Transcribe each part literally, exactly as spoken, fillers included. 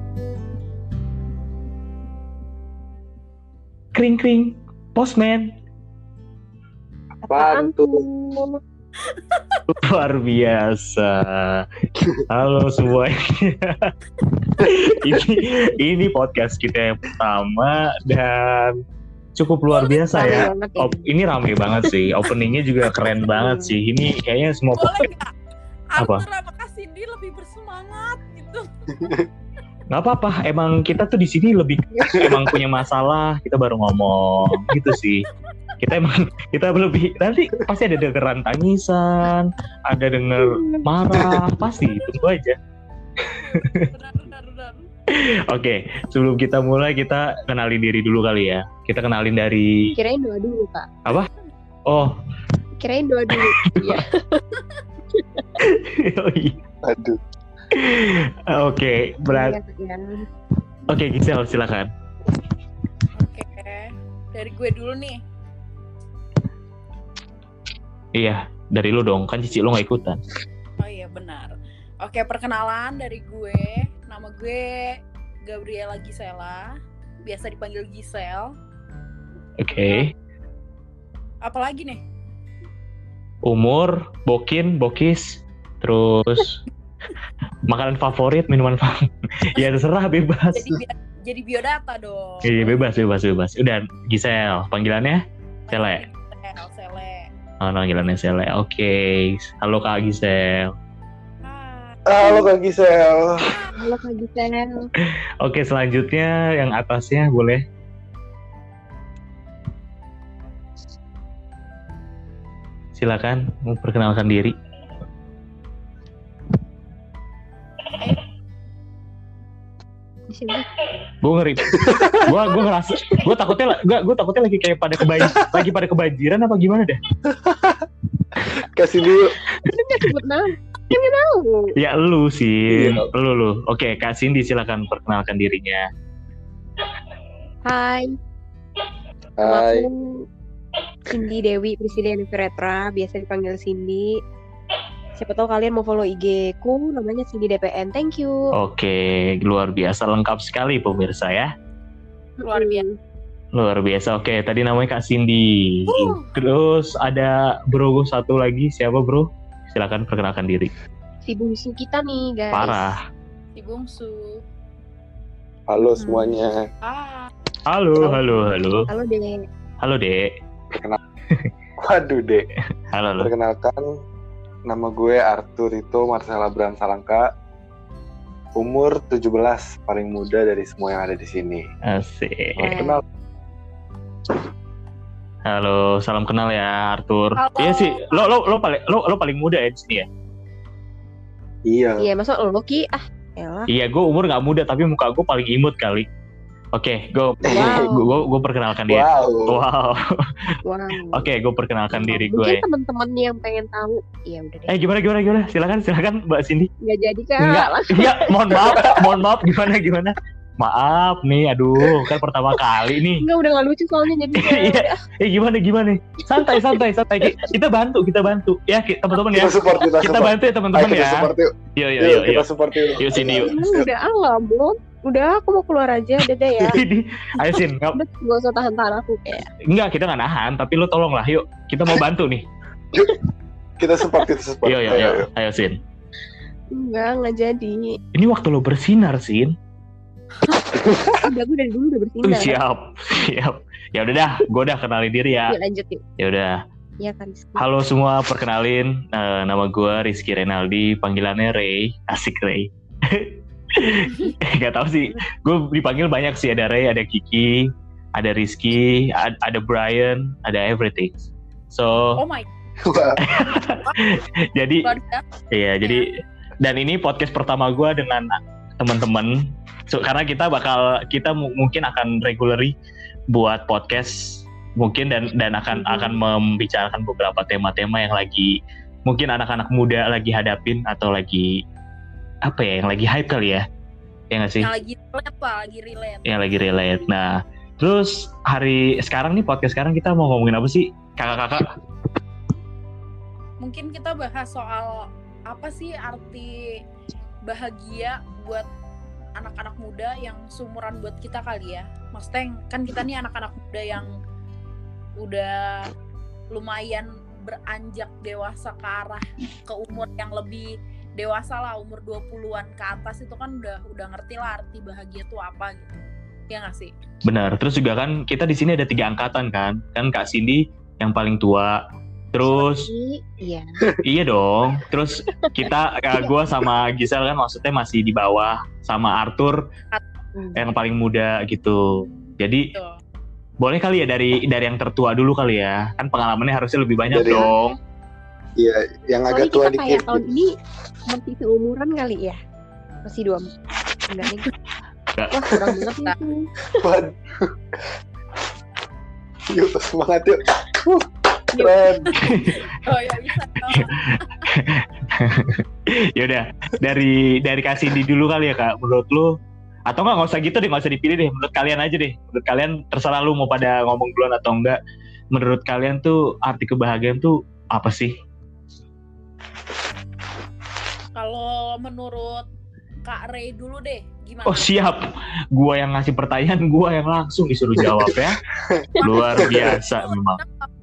Kring kring, postman. Apaan tuh? Luar biasa. Halo semuanya. ini ini podcast kita yang pertama dan cukup luar biasa Rame ya. banget ya. Op- ini rame banget sih. Openingnya juga keren banget sih. Ini kayaknya semua Boleh podcast. nggak? Apa? Arthur sama Kak Cindy lebih bersemangat gitu. Nggak apa-apa. Emang kita tuh di sini lebih emang punya masalah. Kita baru ngomong gitu sih. Kita emang kita lebih nanti pasti ada dengeran tangisan, ada denger marah, pasti tunggu aja. Benar, benar, benar. Oke, sebelum kita mulai kita kenalin diri dulu kali ya. Kita kenalin dari Kirain doa dulu, Kak. oh, Kirain doa dulu. Iya. oh iya. Aduh. Oke, berat. Iya, Oke, Gisel silakan. Oke, dari gue dulu nih. Iya, dari lu dong, kan cici lu nggak ikutan. Oh iya benar. Oke, perkenalan dari gue. Nama gue Gabriela Gisela, biasa dipanggil Gisel. Oke. Apalagi nih? Umur, bokin, bokis, terus makanan favorit, minuman favorit. Ya terserah, bebas. Jadi bi- jadi biodata dong. Iya, bebas, bebas, bebas. Udah, Gisel, panggilannya Sele. Sele. Sele. Oh, panggilannya Sele. Oke. Halo Kak Gisel. Hai. Halo Kak Gisel. Halo Kak Gisel. Oke, selanjutnya yang atasnya boleh. Silakan memperkenalkan diri. Di sini. Gue ngeri. Gue gue ngerasa. Gue takutnya, gue gue takutnya lagi kayak pada kebanjir, lagi pada kebanjiran apa gimana deh? Kasih dulu. Kan nggak sebut nama. Kan nggak tahu. Ya lu sih, Iya. lu lu. Oke, Kak Cindy silakan perkenalkan dirinya. Hai. Nama Hai. aku Cindy Dewi Prisciliani Firetra, biasa dipanggil Cindy. Siapa tahu kalian mau follow I G ku, namanya Cindy D P N. Thank you. Oke, luar biasa, lengkap sekali pemirsa ya. Luar biasa. Luar biasa. Oke, tadi namanya Kak Cindy. Uh. Terus ada bro satu lagi, siapa bro? Silakan perkenalkan diri. Si bungsu kita nih, guys. Parah. Si bungsu. Halo semuanya. Ah. Halo, halo, halo. Halo, Dek. Halo, Dek. Waduh Dek. Halo, halo. Perkenalkan, nama gue Arthur itu Marcella Bram Salangka. Umur tujuh belas, paling muda dari semua yang ada di sini. Asik. Wah. Kenal. Halo, salam kenal ya Arthur. Halo. Iya sih, lo lo lo paling lo lo paling muda ya di sini ya. Iya. Iya, masa lo Ki? Ah, elah. Iya, gue umur nggak muda tapi muka gue paling imut kali. Oke, gue Wow. gue gue perkenalkan dia. Wow. Wow. Wow. Oke, gue perkenalkan diri Mungkin gue. teman-teman yang pengen tahu, ya udah deh. Eh gimana gimana gimana? Silakan silakan Mbak Cindy. Nggak jadi Kak. Enggak. Iya, mohon maaf, mohon maaf gimana gimana. Maaf nih, aduh, kan pertama kali nih. Enggak, udah nggak lucu soalnya jadi. Iya. Eh gimana gimana? Santai santai santai. Kita bantu, kita bantu. Ya, ki- teman-teman ya. Kita support, kita Kita support. bantu ya Ayo teman-teman kita ya. support yuk. Yuk yuk Yuk, yuk. kita Yuk, support yuk. yuk sini yuk. Ini udah ah nggak belum. Udah, aku mau keluar aja, udah deh ya. Ini, ayo Sin. Nggak- Udah, nggak usah tahan-tahan aku kayak. Enggak, kita nggak nahan, tapi lo tolong lah, yuk. Kita mau bantu nih. Kita support, kita support. Yuk yuk Ayo, yuk. ayo. Ayo Sin. Enggak, nggak jadi. Ini waktu lo bersinar, Sin. Udah, gue dari dulu udah Tuh, bersinar. siap, siap. Ya udah dah, gue udah kenalin diri ya. Yuk lanjut yuk. Ya udah. Iya kan. Rizky. Halo semua, perkenalin, eh, nama gue Rizky Renaldi, panggilannya Ray, asik Ray. Gak tau sih, gue dipanggil banyak sih, ada Ray, ada Kiki, ada Rizky, ada, ada Brian, ada everything. So, Oh my Wah, jadi, god. Ya. iya, jadi, dan ini podcast pertama gue dengan teman-teman. So, karena kita bakal, kita mu- mungkin akan regularly buat podcast mungkin dan dan akan Mhm. akan membicarakan beberapa tema-tema yang lagi mungkin anak-anak muda lagi hadapin atau lagi apa ya yang lagi hype kali ya, ya nggak sih, Yang lagi relate lah, lagi relate. yang lagi relate. Nah, terus hari sekarang nih podcast sekarang kita mau ngomongin apa sih kakak-kakak? Mungkin kita bahas soal apa sih arti bahagia buat anak-anak muda yang seumuran buat kita kali ya. Maksudnya kan kita nih anak-anak muda yang udah lumayan beranjak dewasa ke arah ke umur yang lebih dewasa lah, umur dua puluhan ke atas itu kan udah udah ngerti lah arti bahagia itu apa gitu. Ya nggak sih? Benar. Terus juga kan kita di sini ada tiga angkatan kan. Kan Kak Cindy yang paling tua. Terus Iya. iya dong. Terus kita gue sama Gisel kan maksudnya masih di bawah, sama Arthur yang paling muda gitu. Jadi Tuh. boleh kali ya dari dari yang tertua dulu kali ya. Kan pengalamannya harusnya lebih banyak Dari- dong. Iya, yang Soalnya agak tua kita kayak dikit. tahun ini masih seumuran kali ya. Masih dua. Enggak nih. Enggak. Wah, kurang banget itu. Waduh. Yuk, semangat yuk. Uh, keren. Oh ya bisa. Oh. Ya udah, dari dari Kak Cindy dulu kali ya Kak. Menurut lu atau enggak, nggak usah gitu deh, nggak usah dipilih deh. Menurut kalian aja deh. Menurut kalian terserah lu mau pada ngomong duluan atau enggak. Menurut kalian tuh arti kebahagiaan tuh apa sih? Kalau menurut Kak Ray dulu deh, gimana? Oh siap, gua yang ngasih pertanyaan, gua yang langsung disuruh jawab ya. Luar biasa memang.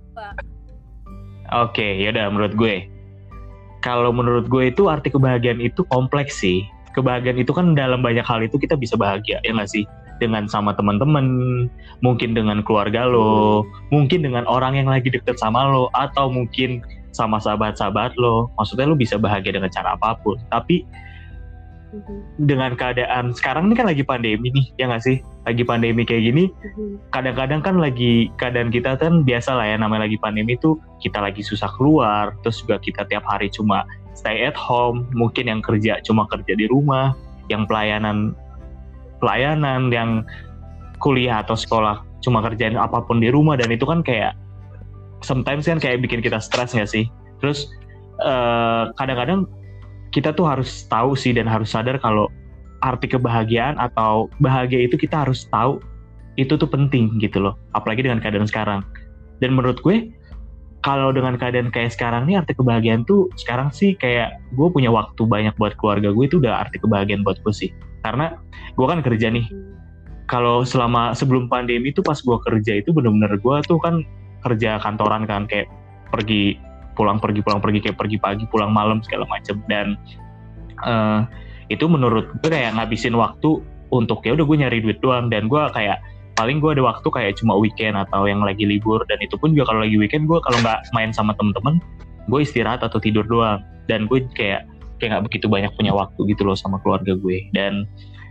Oke, yaudah menurut gue. Kalau menurut gue itu arti kebahagiaan itu kompleks sih. Kebahagiaan itu kan dalam banyak hal itu kita bisa bahagia, ya nggak sih? Dengan sama teman-teman, mungkin dengan keluarga lo, mungkin dengan orang yang lagi deket sama lo, atau mungkin sama sahabat-sahabat lo. Maksudnya lo bisa bahagia dengan cara apapun. Tapi dengan keadaan sekarang ini kan lagi pandemi nih, ya nggak sih? Lagi pandemi kayak gini, kadang-kadang kan lagi keadaan kita kan biasa lah ya, namanya lagi pandemi tuh kita lagi susah keluar, terus juga kita tiap hari cuma stay at home, mungkin yang kerja cuma kerja di rumah, yang pelayanan pelayanan, yang kuliah atau sekolah cuma kerjain apapun di rumah, dan itu kan kayak sometimes kan kayak bikin kita stres nggak sih? Terus uh, kadang-kadang kita tuh harus tahu sih dan harus sadar kalau arti kebahagiaan atau bahagia itu kita harus tahu itu tuh penting gitu loh, apalagi dengan keadaan sekarang. Dan menurut gue kalau dengan keadaan kayak sekarang nih, arti kebahagiaan tuh sekarang sih kayak gue punya waktu banyak buat keluarga gue, itu udah arti kebahagiaan buat gue sih. Karena gue kan kerja nih, kalau selama sebelum pandemi tuh pas gue kerja itu bener-bener gue tuh kan kerja kantoran kan, kayak pergi pulang pergi pulang pergi kayak pergi pagi pulang malam segala macem. Dan uh, itu menurut gue kayak ngabisin waktu untuk ya udah gue nyari duit doang, dan gue kayak paling gue ada waktu kayak cuma weekend atau yang lagi libur, dan itu pun juga kalau lagi weekend gue kalau nggak main sama temen-temen gue istirahat atau tidur doang, dan gue kayak kayak nggak begitu banyak punya waktu gitu loh sama keluarga gue. Dan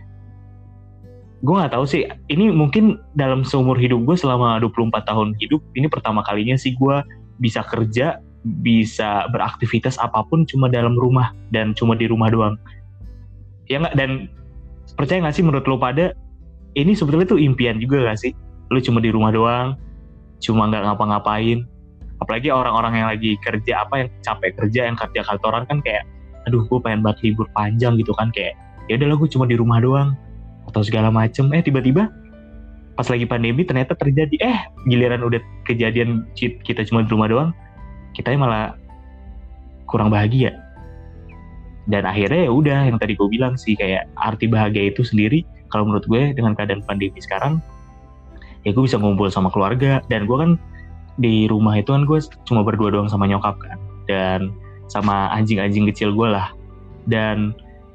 gue nggak tahu sih, ini mungkin dalam seumur hidup gue selama dua puluh empat tahun hidup ini pertama kalinya sih gue bisa kerja, bisa beraktivitas apapun cuma dalam rumah dan cuma di rumah doang. Ya nggak? Dan percaya nggak sih menurut lo pada ini sebetulnya tuh impian juga nggak sih? Lo cuma di rumah doang, cuma nggak ngapa-ngapain. Apalagi orang-orang yang lagi kerja apa, yang capek kerja, yang kerja kantoran kan kayak, aduh gue pengen banget libur panjang gitu kan, kayak ya udahlah gue cuma di rumah doang atau segala macem. Eh tiba-tiba pas lagi pandemi ternyata terjadi, eh giliran udah kejadian kita cuma di rumah doang, kita malah kurang bahagia. Dan akhirnya ya udah yang tadi gue bilang sih, kayak arti bahagia itu sendiri kalau menurut gue dengan keadaan pandemi sekarang ya gue bisa ngumpul sama keluarga. Dan gue kan di rumah itu kan gue cuma berdua doang sama nyokap kan, dan sama anjing-anjing kecil gue lah. Dan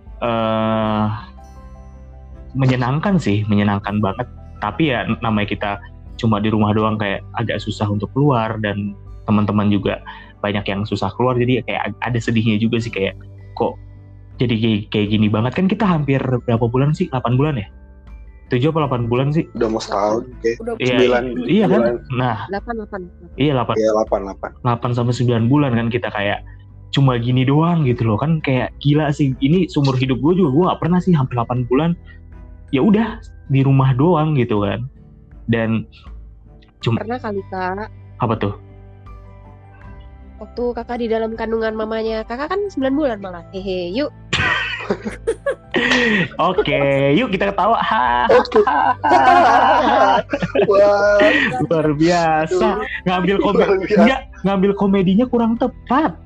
uh, menyenangkan sih, menyenangkan banget. Tapi ya namanya kita cuma di rumah doang kayak agak susah untuk keluar, dan teman-teman juga banyak yang susah keluar, jadi kayak ada sedihnya juga sih, kayak kok jadi kayak, kayak gini banget. Kan kita hampir berapa bulan sih? delapan bulan ya? tujuh apa delapan bulan sih? Udah mau setahun, oke. Udah Iya, sembilan iya kan? bulan. Nah, delapan delapan iya delapan Iya, delapan, delapan. delapan sampai sembilan bulan kan kita kayak cuma gini doang gitu loh. Kan kayak gila sih. Ini seumur hidup gue juga gue gak pernah sih hampir delapan bulan ya udah di rumah doang gitu kan. Dan cuma pernah kali Kak, apa tuh? waktu kakak di dalam kandungan mamanya kakak kan sembilan bulan malah. Hehe, yuk. Oke, yuk kita ketawa. Ha, Oke. Wah, luar biasa. Ngambil komedi, luar biasa. enggak, ngambil komedinya kurang tepat.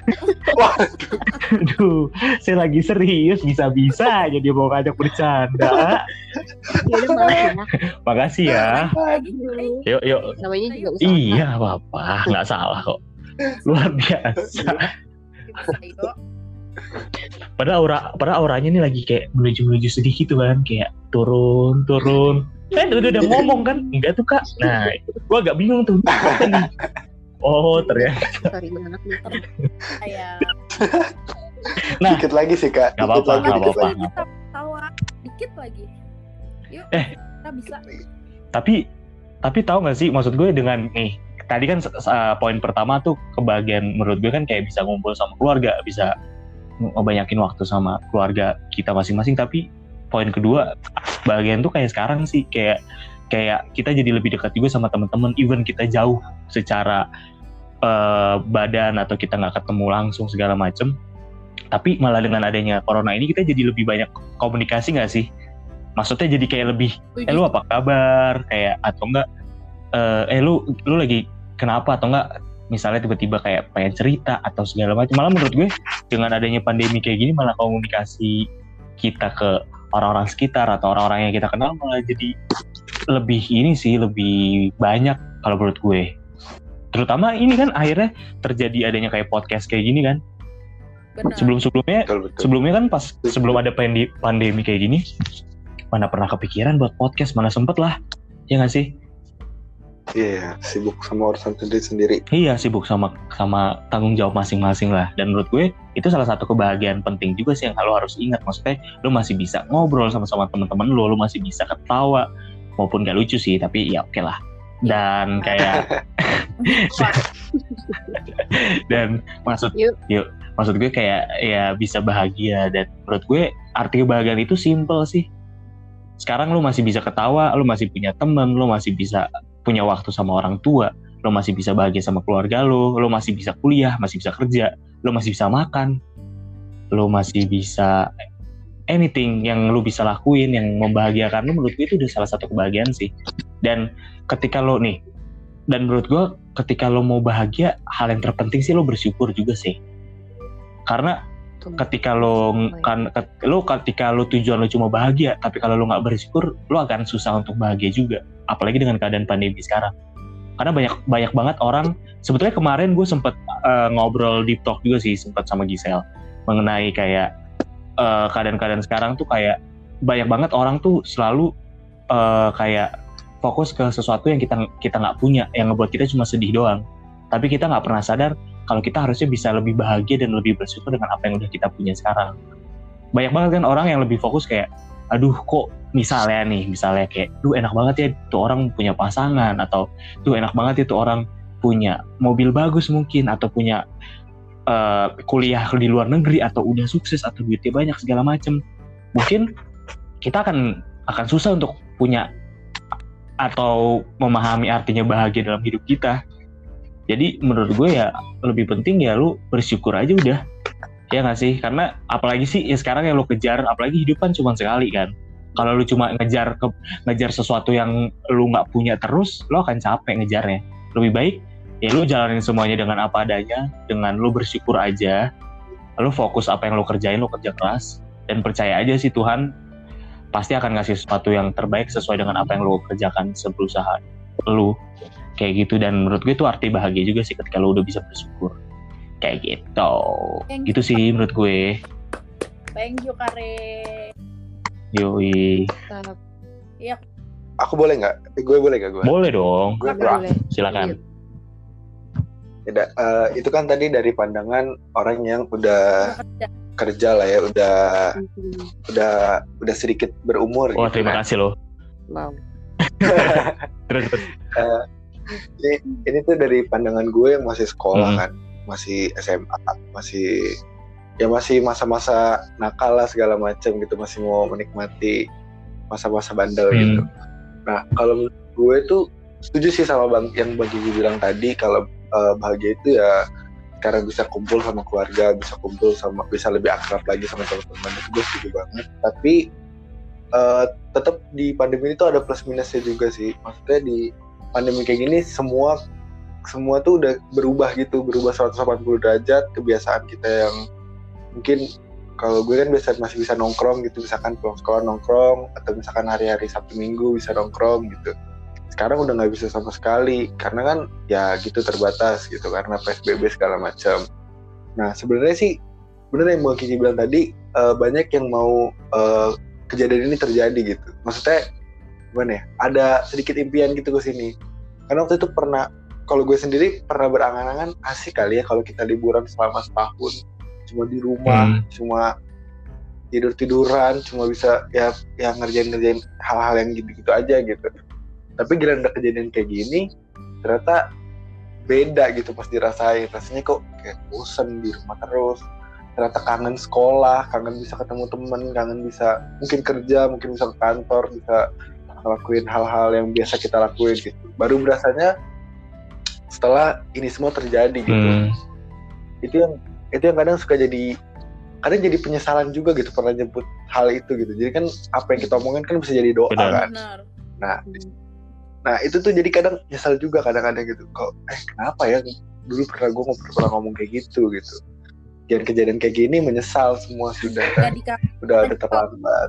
Waduh. Aduh, saya lagi serius, bisa-bisa aja dia mau ngajak bercanda. Ya udah maaf ya. Makasih ya. Aduh. Yuk, yuk. Namanya juga usaha. Iya, nggak apa-apa, nggak salah kok. Luar biasa. Bisa, yuk. Padahal aura, padahal auranya nih lagi kayak menuju-menuju sedih gitu kan, kayak turun, turun. Eh, udah udah ngomong kan? Enggak tuh kak. Nah, gua agak bingung tuh. Apa nih? Oh, ternyata. Sorry banget nih. Kayak Nah, Dikit lagi sih kak. Nggak Dikit apa-apa, lagi, nggak dikit apa-apa. lagi. kita tawa dikit lagi. Yuk, Eh. kita bisa. tapi tapi tahu nggak sih, maksud gue dengan nih, tadi kan uh, poin pertama tuh kebahagiaan menurut gue kan kayak bisa ngumpul sama keluarga, bisa ngebanyakin waktu sama keluarga kita masing-masing. Tapi poin kedua, bahagian tuh kayak sekarang sih, kayak kayak kita jadi lebih dekat juga sama teman-teman, even kita jauh secara uh, badan atau kita nggak ketemu langsung segala macem. Tapi malah dengan adanya corona ini kita jadi lebih banyak komunikasi nggak sih? Maksudnya jadi kayak lebih, eh lu apa kabar? Kayak atau enggak, eh lu lu lagi kenapa atau enggak? Misalnya tiba-tiba kayak pengen cerita atau segala macam. Malah menurut gue dengan adanya pandemi kayak gini malah komunikasi kita ke orang-orang sekitar atau orang-orang yang kita kenal malah jadi lebih ini sih, lebih banyak kalau menurut gue. Terutama ini kan akhirnya terjadi adanya kayak podcast kayak gini kan. Benar. Sebelum-sebelumnya Betul, betul. sebelumnya kan pas sebelum ada pandi- pandemi kayak gini mana pernah kepikiran buat podcast, mana sempet lah, ya nggak sih? Iya, sibuk sama urusan sendiri-sendiri. Iya, sibuk sama sama tanggung jawab masing-masing lah. Dan menurut gue itu salah satu kebahagiaan penting juga sih yang lo harus ingat. Maksudnya lo masih bisa ngobrol sama-sama teman-teman lo, lo masih bisa ketawa, maupun gak lucu sih, tapi ya oke lah. Dan kayak dan maksud Yuk. yuk maksud gue kayak ya bisa bahagia. Dan menurut gue arti kebahagiaan itu simple sih. Sekarang lo masih bisa ketawa, lo masih punya teman, lo masih bisa punya waktu sama orang tua, lo masih bisa bahagia sama keluarga lo, lo masih bisa kuliah, masih bisa kerja, lo masih bisa makan, lo masih bisa anything yang lo bisa lakuin yang membahagiakan lo. Menurut gue itu udah salah satu kebahagiaan sih. Dan ketika lo nih, dan menurut gue ketika lo mau bahagia, hal yang terpenting sih lo bersyukur juga sih. Karena ketika lo kan lo ketika lo tujuan lo cuma bahagia, tapi kalau lo nggak bersyukur, lo akan susah untuk bahagia juga. Apalagi dengan keadaan pandemi sekarang. Karena banyak banyak banget orang. Sebetulnya kemarin gue sempet uh, ngobrol deep talk juga sih, sempet sama Giselle mengenai kayak uh, keadaan-keadaan sekarang tuh kayak banyak banget orang tuh selalu uh, kayak fokus ke sesuatu yang kita kita nggak punya, yang ngebuat kita cuma sedih doang. Tapi kita nggak pernah sadar kalau kita harusnya bisa lebih bahagia dan lebih bersyukur dengan apa yang udah kita punya sekarang. Banyak banget kan orang yang lebih fokus kayak, aduh kok misalnya nih, misalnya kayak, duh enak banget ya tuh orang punya pasangan, atau duh enak banget ya tuh orang punya mobil bagus mungkin, atau punya uh, kuliah di luar negeri, atau udah sukses, atau duitnya banyak segala macem. Mungkin kita akan akan susah untuk punya atau memahami artinya bahagia dalam hidup kita. Jadi menurut gue ya lebih penting ya lu bersyukur aja udah. Ya nggak sih? Karena apalagi sih ya sekarang yang lu kejar, apalagi hidup kan cuma sekali kan. Kalau lu cuma ngejar ke, ngejar sesuatu yang lu nggak punya terus, lu akan capek ngejarnya. Lebih baik ya lu jalanin semuanya dengan apa adanya, dengan lu bersyukur aja. Lu fokus apa yang lu kerjain, lu kerja keras, dan percaya aja sih Tuhan pasti akan ngasih sesuatu yang terbaik sesuai dengan apa yang lu kerjakan seberusaha lu. Kayak gitu. Dan menurut gue itu arti bahagia juga sih ketika lu udah bisa bersyukur. Kayak gitu. Thank Gitu you. sih menurut gue. Thank you Kare. Yoi. Tetap. Iya, Aku boleh nggak? Eh, gue boleh nggak gue? Boleh dong. Gue Boleh, boleh. Silakan. Tidak, eh, itu kan tadi dari pandangan orang yang udah udah kerja. kerja lah ya, udah Mhm. udah udah sedikit berumur. Oh gitu terima kan. kasih loh. Wow. Terus terus. Eh, ini, ini tuh dari pandangan gue yang masih sekolah Hmm. kan, masih S M A, masih ya masih masa-masa nakal lah segala macam gitu, masih mau menikmati masa-masa bandel Hmm. gitu. Nah kalau menurut gue tuh setuju sih sama bang yang bang Gigi bilang tadi, kalau eh, bahagia itu ya karena bisa kumpul sama keluarga, bisa kumpul sama, bisa lebih akrab lagi sama teman-teman. Itu gue setuju banget. Tapi eh, tetap di pandemi itu ada plus minusnya juga sih. Maksudnya di pandemi kayak gini semua semua tuh udah berubah gitu, berubah seratus delapan puluh derajat. Kebiasaan kita yang mungkin kalau gue kan biasa masih bisa nongkrong gitu, misalkan pulang sekolah nongkrong, atau misalkan hari-hari Sabtu Minggu bisa nongkrong gitu. Sekarang udah nggak bisa sama sekali, karena kan ya gitu terbatas gitu, karena P S B B segala macam. Nah sebenarnya sih, bener yang Mbak Kiki bilang tadi, uh, banyak yang mau uh, kejadian ini terjadi gitu. Maksudnya gimana ya? Ada sedikit impian gitu ke sini. Karena waktu itu pernah, kalau gue sendiri pernah berangan-angan asik kali ya kalau kita liburan selama setahun. Cuma di rumah, hmm. cuma tidur-tiduran, cuma bisa ya ya ngerjain-ngerjain hal-hal yang gitu-gitu aja gitu. Tapi gila ada kejadian kayak gini, ternyata beda gitu pas dirasain. Rasanya kok kayak bosen di rumah terus. Ternyata kangen sekolah, kangen bisa ketemu temen, kangen bisa mungkin kerja, mungkin bisa ke kantor, bisa ngelakuin hal-hal yang biasa kita lakuin gitu. Baru berasanya setelah ini semua terjadi gitu. Hmm. Itu yang itu yang kadang suka jadi kadang jadi penyesalan juga gitu pernah nyebut hal itu gitu. Jadi kan apa yang kita omongin kan bisa jadi doa. Benar. Kan. Nah, nah itu tuh jadi kadang nyesal juga kadang-kadang gitu. Kok eh kenapa ya dulu pernah gue ngobrol pernah ngomong kayak gitu gitu. Jangan kejadian kayak gini menyesal semua sudah kan. Udah udah terlambat.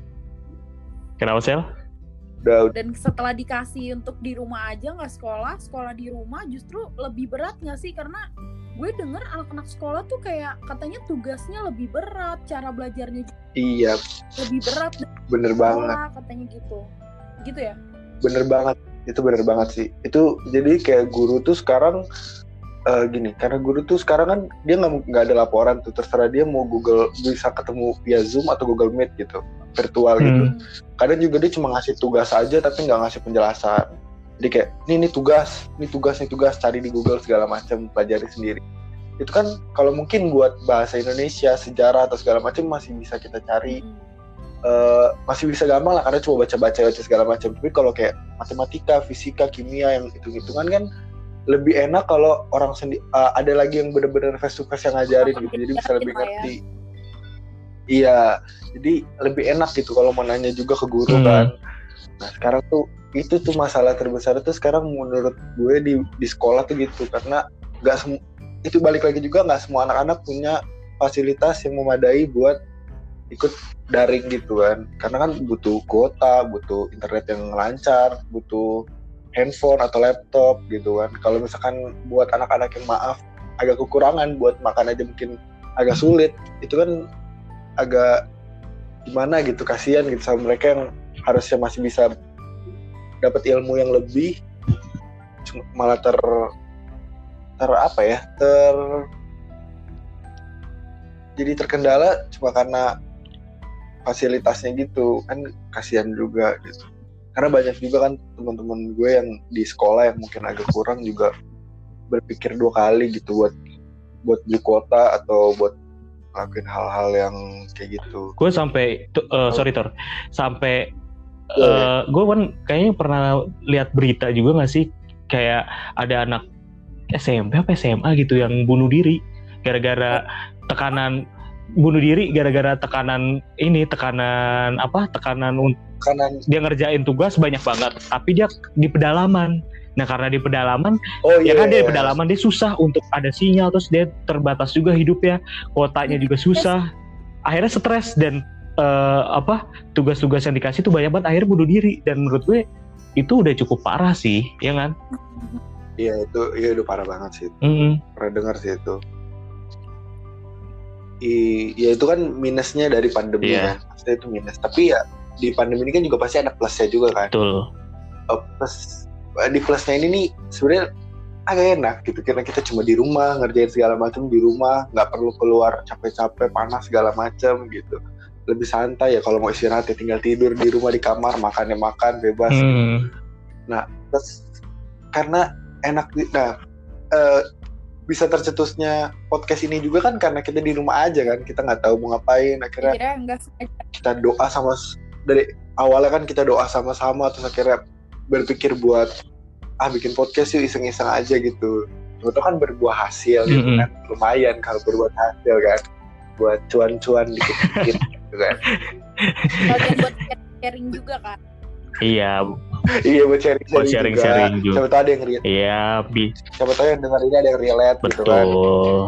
Kenapa Sel? Udah, dan setelah dikasih untuk di rumah aja nggak sekolah, sekolah di rumah justru lebih berat nggak sih? Karena gue denger anak-anak sekolah tuh kayak katanya tugasnya lebih berat, cara belajarnya iya lebih berat. Bener banget. Katanya gitu, gitu ya? Bener banget, itu bener banget sih. Itu jadi kayak guru tuh sekarang uh, gini, karena guru tuh sekarang kan dia nggak nggak ada laporan tuh, terserah dia mau Google bisa ketemu via Zoom atau Google Meet gitu, virtual gitu. Hmm. Kadang juga dia cuma ngasih tugas aja tapi nggak ngasih penjelasan. Jadi kayak, ini, ini tugas, ini tugas, ini tugas, cari di Google segala macam, pelajari sendiri. Itu kan kalau mungkin buat bahasa Indonesia, sejarah atau segala macam masih bisa kita cari, hmm. uh, masih bisa gampang lah karena cuma baca-baca segala macam. Tapi kalau kayak matematika, fisika, kimia yang hitung-hitungan kan lebih enak kalau orang sendi- uh, ada lagi yang benar-benar face to face yang ngajarin gitu, jadi bisa lebih ngerti. Ya. Iya, jadi lebih enak gitu kalau mau nanya juga ke guru hmm. kan. Nah sekarang tuh itu tuh masalah terbesar itu sekarang menurut gue di di sekolah tuh gitu, karena nggak semua itu balik lagi juga nggak semua anak-anak punya fasilitas yang memadai buat ikut daring gitu kan, karena kan butuh kuota, butuh internet yang lancar, butuh handphone atau laptop gitu kan. Kalau misalkan buat anak-anak yang maaf agak kekurangan buat makan aja mungkin agak sulit, itu kan agak gimana gitu, kasihan gitu sama mereka yang harusnya masih bisa dapat ilmu yang lebih, malah ter ter apa ya ter jadi terkendala cuma karena fasilitasnya gitu kan, kasihan juga gitu. Karena banyak juga kan teman-teman gue yang di sekolah yang mungkin agak kurang juga berpikir dua kali gitu buat buat beli kuota atau buat ngelakuin hal-hal yang kayak gitu. Gue sampai uh, sorry Tor, sampai uh, gue kan kayaknya pernah lihat berita juga nggak sih, kayak ada anak S M P apa S M A gitu yang bunuh diri gara-gara tekanan, bunuh diri gara-gara tekanan ini tekanan apa tekanan tekanan dia ngerjain tugas banyak banget tapi dia di pedalaman. Nah karena di pedalaman, oh, ya yeah, kan dia di yeah. pedalaman dia susah untuk ada sinyal, terus dia terbatas juga hidupnya, kuotanya juga susah, akhirnya stres dan uh, apa tugas-tugas yang dikasih tuh banyak banget, akhirnya bunuh diri. Dan menurut gue itu udah cukup parah sih, ya kan? Iya itu, iya udah parah banget sih. Mm-hmm. Pernah dengar sih itu. I, ya itu kan minusnya dari pandemi yeah. kan, maksudnya itu minus. Tapi ya di pandemi ini kan juga pasti ada plusnya juga kan. Betul. Uh, plus di plusnya ini nih sebenarnya agak enak gitu, karena kita cuma di rumah ngerjain segala macam di rumah, nggak perlu keluar capek-capek panas segala macam gitu, lebih santai ya. Kalau mau istirahat ya tinggal tidur di rumah di kamar, makan ya makan bebas hmm. gitu. Nah terus karena enak, nah uh, bisa tercetusnya podcast ini juga kan karena kita di rumah aja kan, kita nggak tahu mau ngapain, akhirnya kita doa sama dari awalnya kan kita doa sama-sama, terus akhirnya berpikir buat ah bikin podcast yuk iseng-iseng aja gitu. Itu kan berbuah hasil gitu mm-hmm. kan, lumayan kalau berbuat hasil kan, buat cuan-cuan dikit-dikit gitu kan. Bagian buat sharing juga kan. Iya, Iya buat sharing-sharing, Buat sharing-sharing juga. juga. Siapa tahu ada yang relate. Iya, bi. Siapa tahu yang dengar ini ada yang relate gitu kan. Betul.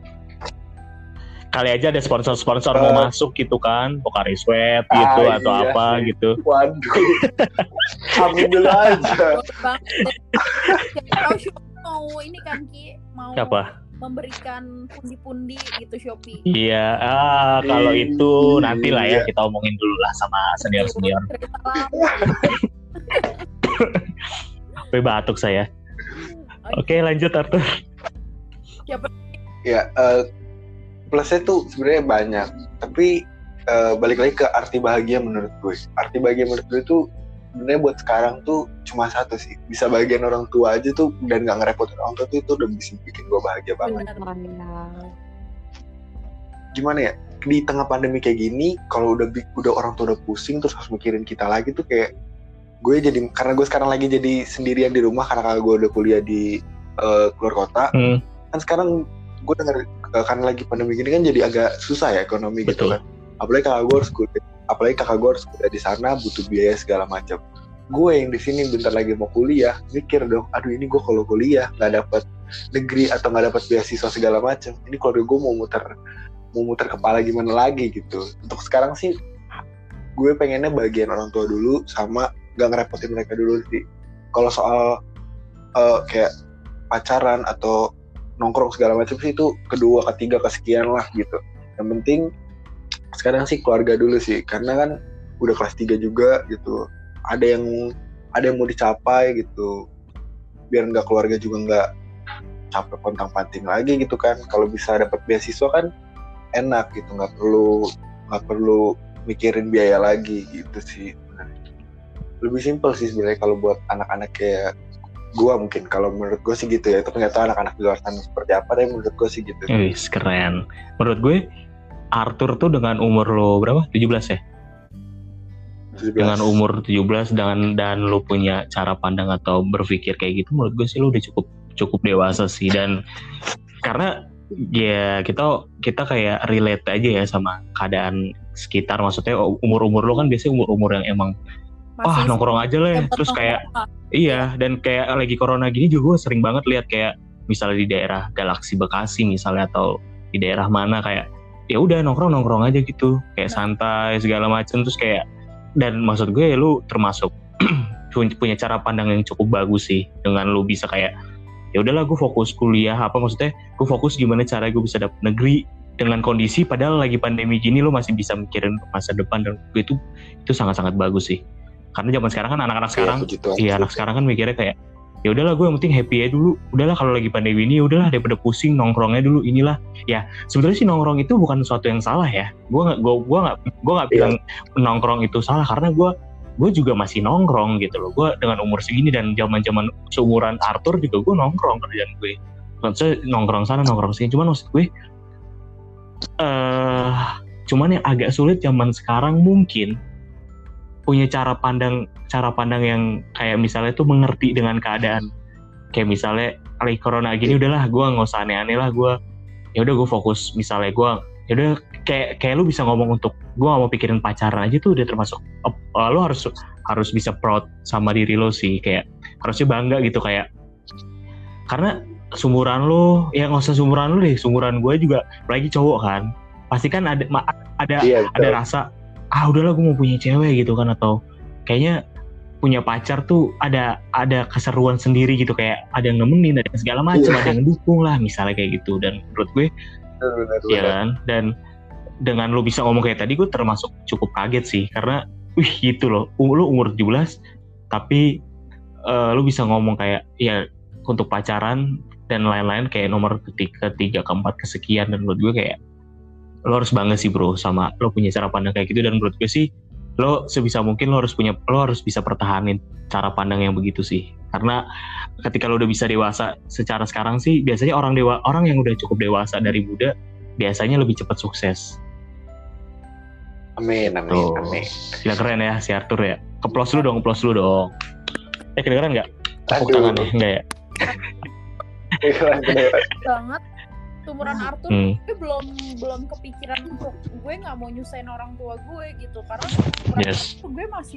Kali aja ada sponsor-sponsor mau Uh, masuk gitu kan, Pocari Sweat gitu ah, atau iya apa sih. gitu. Waduh. Amin dulu aja. Boleh banget. Siapa tahu Shopee mau ini kan Ki, mau Siapa? memberikan pundi-pundi gitu Shopee. Iya, ah kalau Iya. itu nantilah ya kita omongin dulu lah sama senior-senior. Cerita lama. Sampai batuk saya. Oke, lanjut Arthur. Ya, uh, plusnya tuh sebenarnya banyak, tapi uh, balik lagi ke arti bahagia menurut gue. Arti bahagia menurut gue tuh sebenarnya buat sekarang tuh cuma satu sih, bisa bahagian orang tua aja tuh dan nggak ngerepotin orang tua tuh itu udah bisa bikin gue bahagia banget. Gimana ya, di tengah pandemi kayak gini, kalau udah udah orang tua udah pusing terus harus mikirin kita lagi tuh kayak gue jadi, karena gue sekarang lagi jadi sendirian di rumah karena kakak gue udah kuliah di uh, keluar kota. Hmm. Kan sekarang gue denger uh, karena lagi pandemi gini kan jadi agak susah ya ekonomi. Betul. Gitu kan. Apalagi kakak gue harus kuliah, apalagi kakak gue harus kuliah di sana, butuh biaya segala macam. Gue yang di sini bentar lagi mau kuliah, mikir dong, aduh ini gue kalau kuliah nggak dapat negeri atau nggak dapat beasiswa segala macam, ini keluarga gue mau muter mau muter kepala gimana lagi gitu. Untuk sekarang sih gue pengennya bagian orang tua dulu sama nggak ngerepotin mereka dulu sih. Kalau soal uh, kayak pacaran atau nongkrong segala macam sih itu kedua, ketiga, kesekian lah gitu. Yang penting sekarang sih keluarga dulu sih, karena kan udah kelas tiga juga gitu. Ada yang ada yang mau dicapai gitu. Biar nggak keluarga juga nggak capek pontang-panting lagi gitu kan. Kalau bisa dapat beasiswa kan enak gitu, nggak perlu nggak perlu mikirin biaya lagi gitu sih. Lebih simpel sih sebenarnya kalau buat anak-anak kayak gue mungkin, kalau menurut gue sih gitu ya. Tapi nggak tahu anak-anak di luar sana seperti apa, tapi menurut gue sih gitu. Wih, keren. Menurut gue Arthur tuh dengan umur lo berapa? tujuh belas ya? tujuh belas. Dengan umur tujuh belas dan dan lo punya cara pandang atau berpikir kayak gitu, menurut gue sih lo udah cukup cukup dewasa sih. Dan karena ya kita kita kayak relate aja ya sama keadaan sekitar. Maksudnya umur-umur lo kan biasanya umur-umur yang emang wah nongkrong aja lah, terus kayak iya, dan kayak lagi corona gini juga gue sering banget lihat kayak misalnya di daerah Galaksi Bekasi misalnya atau di daerah mana kayak ya udah nongkrong nongkrong aja gitu, kayak santai segala macam. Terus kayak, dan maksud gue lu termasuk punya cara pandang yang cukup bagus sih, dengan lu bisa kayak ya udahlah gue fokus kuliah, apa maksudnya gue fokus gimana cara gue bisa dapet negeri dengan kondisi padahal lagi pandemi gini lu masih bisa mikirin masa depan. Dan gue itu itu sangat-sangat bagus sih. Karena zaman sekarang kan anak-anak sekarang, iya anak sekarang kan mikirnya kayak ya udahlah gue yang penting happy aja dulu. Udahlah kalau lagi pandemi ini udahlah daripada pusing nongkrongnya dulu inilah. Ya sebenarnya sih nongkrong itu bukan sesuatu yang salah ya. Gue nggak gue gue nggak gue nggak bilang nongkrong itu salah, karena gue gue juga masih nongkrong gitu loh. Gue dengan umur segini dan zaman-zaman seumuran Arthur juga gue nongkrong kerjaan gue. Maksudnya nongkrong sana nongkrong sini. Cuman maksud gue, uh, cuman yang agak sulit zaman sekarang mungkin punya cara pandang cara pandang yang kayak misalnya tuh mengerti dengan keadaan. Kayak misalnya lagi corona gini udahlah gue nggak usah aneh-aneh lah, gue ya udah gue fokus misalnya gue ya udah kayak kayak lu bisa ngomong untuk gue nggak mau pikirin pacaran aja tuh udah termasuk uh, lu harus harus bisa proud sama diri lo sih, kayak harusnya bangga gitu kayak karena sumuran lo ya nggak usah sumuran lo deh, sumuran gue juga lagi cowok kan pasti kan ada ada iya, ada rasa ah udahlah gue mau punya cewek gitu kan, atau kayaknya punya pacar tuh ada ada keseruan sendiri gitu, kayak ada yang nemenin, ada segala macam, ada yang dukung lah misalnya kayak gitu. Dan menurut gue benar, ya kan, dan dengan lo bisa ngomong kayak tadi gue termasuk cukup kaget sih, karena wih gitu loh, lo umur tujuh belas tapi uh, lo bisa ngomong kayak ya untuk pacaran dan lain-lain kayak nomor ketiga, ketiga, keempat, kesekian. Dan menurut gue kayak lo harus bangga sih bro sama lo punya cara pandang kayak gitu. Dan menurut gue sih lo sebisa mungkin lo harus punya lo harus bisa pertahanin cara pandang yang begitu sih, karena ketika lo udah bisa dewasa secara sekarang sih biasanya orang dewa orang yang udah cukup dewasa dari muda biasanya lebih cepat sukses. Amin amin Tuh. amin. Gila keren ya si Arthur ya. Keplos lu dong, keplos lu dong. Eh kedengeran nggak? Tepuk tangan ya? Enggak ya? Banget. Umuran Arthur Hmm. gue belum belum kepikiran untuk gue nggak mau nyusahin orang tua gue gitu, karena umuran Yes. Arthur gue masih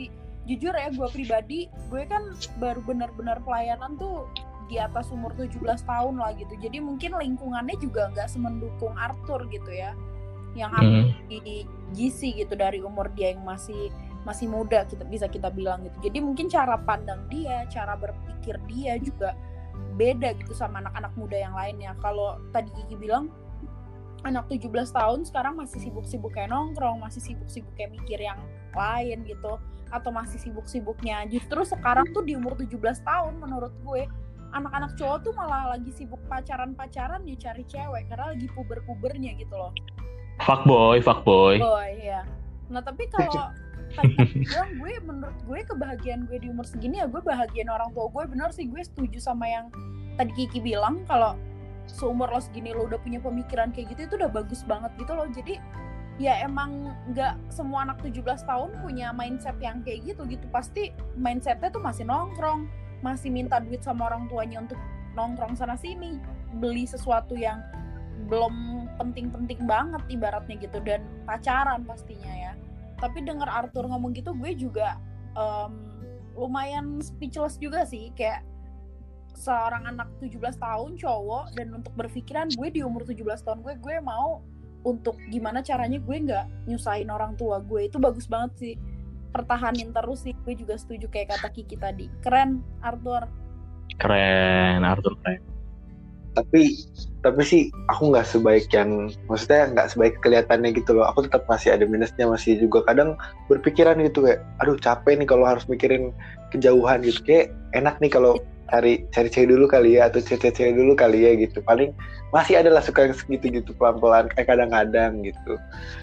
jujur ya, gue pribadi, gue kan baru benar-benar pelayanan tuh di atas umur tujuh belas tahun lah gitu. Jadi mungkin lingkungannya juga nggak semendukung Arthur gitu ya, yang Hmm. di G C gitu, dari umur dia yang masih masih muda, kita bisa kita bilang gitu. Jadi mungkin cara pandang dia, cara berpikir dia juga beda gitu sama anak-anak muda yang lainnya. Kalau tadi Kiki bilang anak tujuh belas tahun sekarang masih sibuk-sibuk kayak nongkrong, masih sibuk-sibuk kayak mikir yang lain gitu, atau masih sibuk-sibuknya. Justru sekarang tuh di umur tujuh belas tahun menurut gue anak-anak cowok tuh malah lagi sibuk pacaran-pacaran ya, cari cewek karena lagi puber-pubernya gitu loh. Fuckboy, fuckboy. Boy ya. Nah tapi kalau tadi bilang, gue menurut gue kebahagiaan gue di umur segini ya gue bahagiain orang tua gue. Bener sih, gue setuju sama yang tadi Kiki bilang, kalau seumur lo segini lo udah punya pemikiran kayak gitu, itu udah bagus banget gitu loh. Jadi ya emang nggak semua anak tujuh belas tahun punya mindset yang kayak gitu gitu. Pasti mindsetnya tuh masih nongkrong, masih minta duit sama orang tuanya untuk nongkrong sana sini, beli sesuatu yang belum penting-penting banget ibaratnya gitu, dan pacaran pastinya ya. Tapi dengar Arthur ngomong gitu, gue juga um, lumayan speechless juga sih, kayak seorang anak tujuh belas tahun cowok, dan untuk berpikiran gue di umur tujuh belas tahun gue, gue mau untuk gimana caranya gue nggak nyusahin orang tua gue. Itu bagus banget sih, pertahanin terus sih. Gue juga setuju kayak kata Kiki tadi, keren Arthur. Keren, Arthur keren. Tapi tapi sih aku nggak sebaik yang, maksudnya nggak sebaik kelihatannya gitu loh. Aku tetap masih ada minusnya, masih juga kadang berpikiran gitu kayak, aduh capek nih kalau harus mikirin kejauhan gitu. Kayak enak nih kalau cari cari cewek dulu kali ya, atau cewek-cewek dulu kali ya gitu. Paling masih ada lah suka yang segitu-gitu pelan-pelan, kayak kadang-kadang gitu.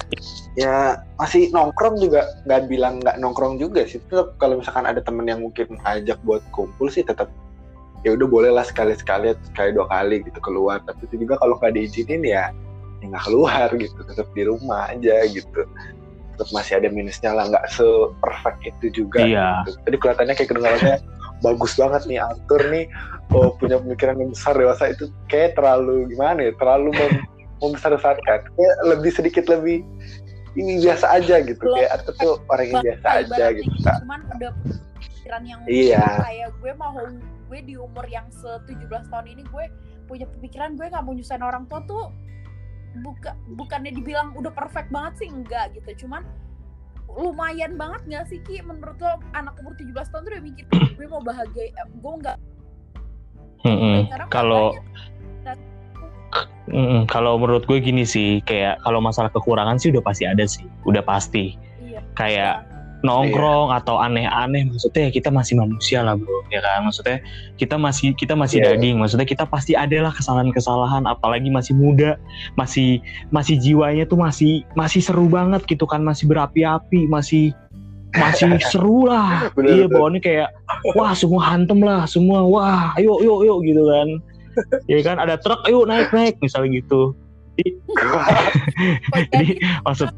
Ya masih nongkrong juga, nggak bilang nggak nongkrong juga sih. Tetap kalau misalkan ada temen yang mungkin ajak buat kumpul sih tetap ya udah boleh lah sekali-sekali, sekali dua kali gitu keluar. Tapi itu juga kalau nggak diizinin ya ya nggak keluar gitu, tetap di rumah aja gitu. Tetap masih ada minusnya lah, nggak se-perfect itu juga. Iya. Gitu. Jadi kelihatannya kayak kedengarannya bagus banget nih Arthur nih, oh punya pemikiran yang besar dewasa. Itu kayak terlalu gimana ya, terlalu mem- membesar-besarkan. Kayak lebih sedikit lebih ini biasa aja gitu. Belum, kayak Arthur tuh orang yang biasa aja gitu. Cuman udah pikiran yang iya. Kayak gue mau, gue di umur yang se tujuh belas tahun ini gue punya pemikiran gue nggak mau nyusahin orang tua tuh, buka, bukannya dibilang udah perfect banget sih, enggak gitu, cuman lumayan banget nggak sih Ki menurut lo anak umur tujuh belas tahun tuh udah mikir gue mau bahagia, gue nggak kalau kalau menurut gue gini sih, kayak kalau masalah kekurangan sih udah pasti ada sih, udah pasti. Iya. Kayak Iya. nongkrong atau aneh-aneh, maksudnya ya kita masih manusia lah bro, ya kan, maksudnya kita masih kita masih Yeah. daging, maksudnya kita pasti ada lah kesalahan-kesalahan, apalagi masih muda, masih masih jiwanya tuh masih masih seru banget gitu kan, masih berapi-api, masih masih seru lah. Iya, bawaannya kayak wah semua hantem lah, semua wah ayo yuk yuk gitu kan, ya kan, ada truk ayo naik naik misalnya gitu. Jadi maksud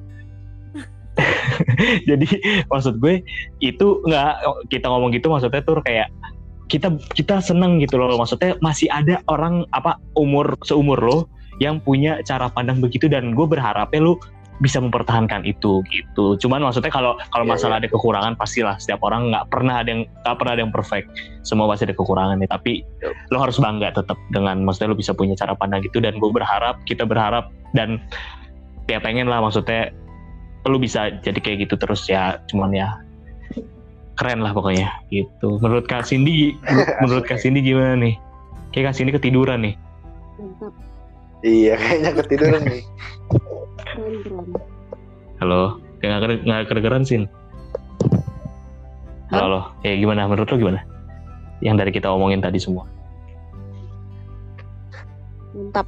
jadi maksud gue itu nggak, kita ngomong gitu maksudnya tuh kayak kita kita seneng gitu loh, maksudnya masih ada orang apa umur seumur lo yang punya cara pandang begitu, dan gue berharapnya lo bisa mempertahankan itu gitu. Cuman maksudnya kalau kalau masalah ada kekurangan pastilah, setiap orang nggak pernah ada yang nggak pernah ada yang perfect, semua pasti ada kekurangan nih, tapi lo harus bangga tetap dengan maksudnya lo bisa punya cara pandang gitu, dan gue berharap, kita berharap, dan ya pengen lah maksudnya lu bisa jadi kayak gitu terus ya. Cuman ya keren lah pokoknya gitu. Menurut Kak Cindy, menurut Kak Cindy gimana nih? Kayak Kak Cindy ketiduran nih. Mantap. Iya kayaknya ketiduran nih. Keren, keren. Halo, kayak nggak kedengeran Sin. Halo, halo. Ya gimana? Menurut lu gimana? Yang dari kita omongin tadi semua. Mantap.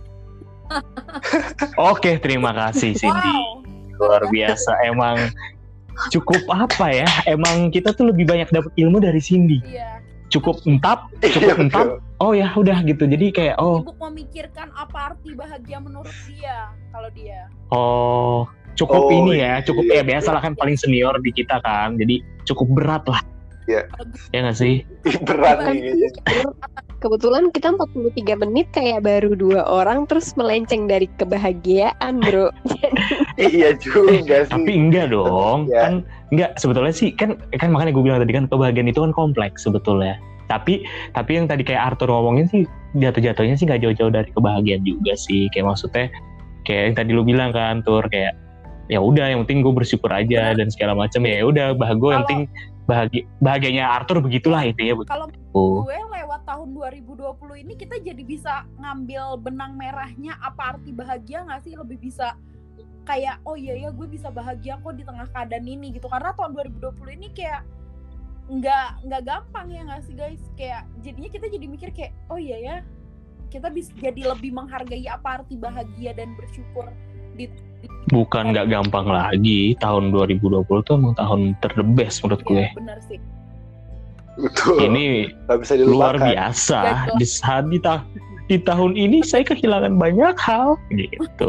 Oke, terima kasih Cindy. Wow. Luar biasa, emang cukup apa ya? Emang kita tuh lebih banyak dapat ilmu dari Cindy. Iya. Cukup entap, cukup entap. Oh ya, udah gitu. Jadi kayak oh. Sibuk memikirkan apa arti bahagia menurut dia, kalau dia. Oh, cukup Oh, ini ya, cukup iya. ya biasalah kan paling senior di kita kan. Jadi cukup berat lah. Ya. Ya nggak sih? Berat nih. Kebetulan kita empat puluh tiga menit kayak baru dua orang terus melenceng dari kebahagiaan, bro. Iya juga Eh, sih. tapi enggak dong, Ya. kan enggak sebetulnya sih kan kan makanya gue bilang tadi kan kebahagiaan itu kan kompleks sebetulnya. Tapi tapi yang tadi kayak Arthur ngomongin sih jatuh-jatuhnya sih nggak jauh-jauh dari kebahagiaan juga sih. Kayak maksudnya kayak yang tadi lu bilang kan Tur, kayak ya udah yang penting gue bersyukur aja dan segala macam, ya udah bahagia yang penting bahagia bahagianya Arthur begitulah intinya begitu. Kalau gue lewat tahun dua ribu dua puluh ini kita jadi bisa ngambil benang merahnya apa arti bahagia nggak sih, lebih bisa kayak oh iya ya gue bisa bahagia kok di tengah keadaan ini gitu, karena tahun dua ribu dua puluh ini kayak nggak nggak gampang ya nggak sih guys, kayak jadinya kita jadi mikir kayak oh iya ya kita bisa jadi lebih menghargai apa arti bahagia dan bersyukur di, di Bukan nggak gampang lagi, tahun dua ribu dua puluh tuh emang tahun ter the best menurut gue. ya, bener sih. Betul. Ini Gak bisa dilupakan. luar biasa. Gagal. Di saat di, ta- di tahun ini saya kehilangan banyak hal gitu.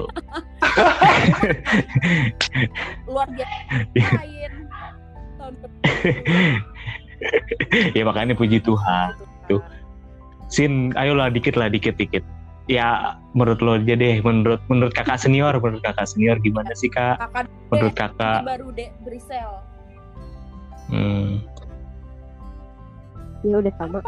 Luar biasa lain tahun Ya makanya puji Tuhan. Tuh. Sin, ayolah dikit lah, dikit-dikit. Ya menurut lo aja deh, menurut menurut kakak senior, menurut kakak senior gimana sih kak? kakak Menurut dek, kakak, ini baru dek Brisel. hmm, Ya udah sama.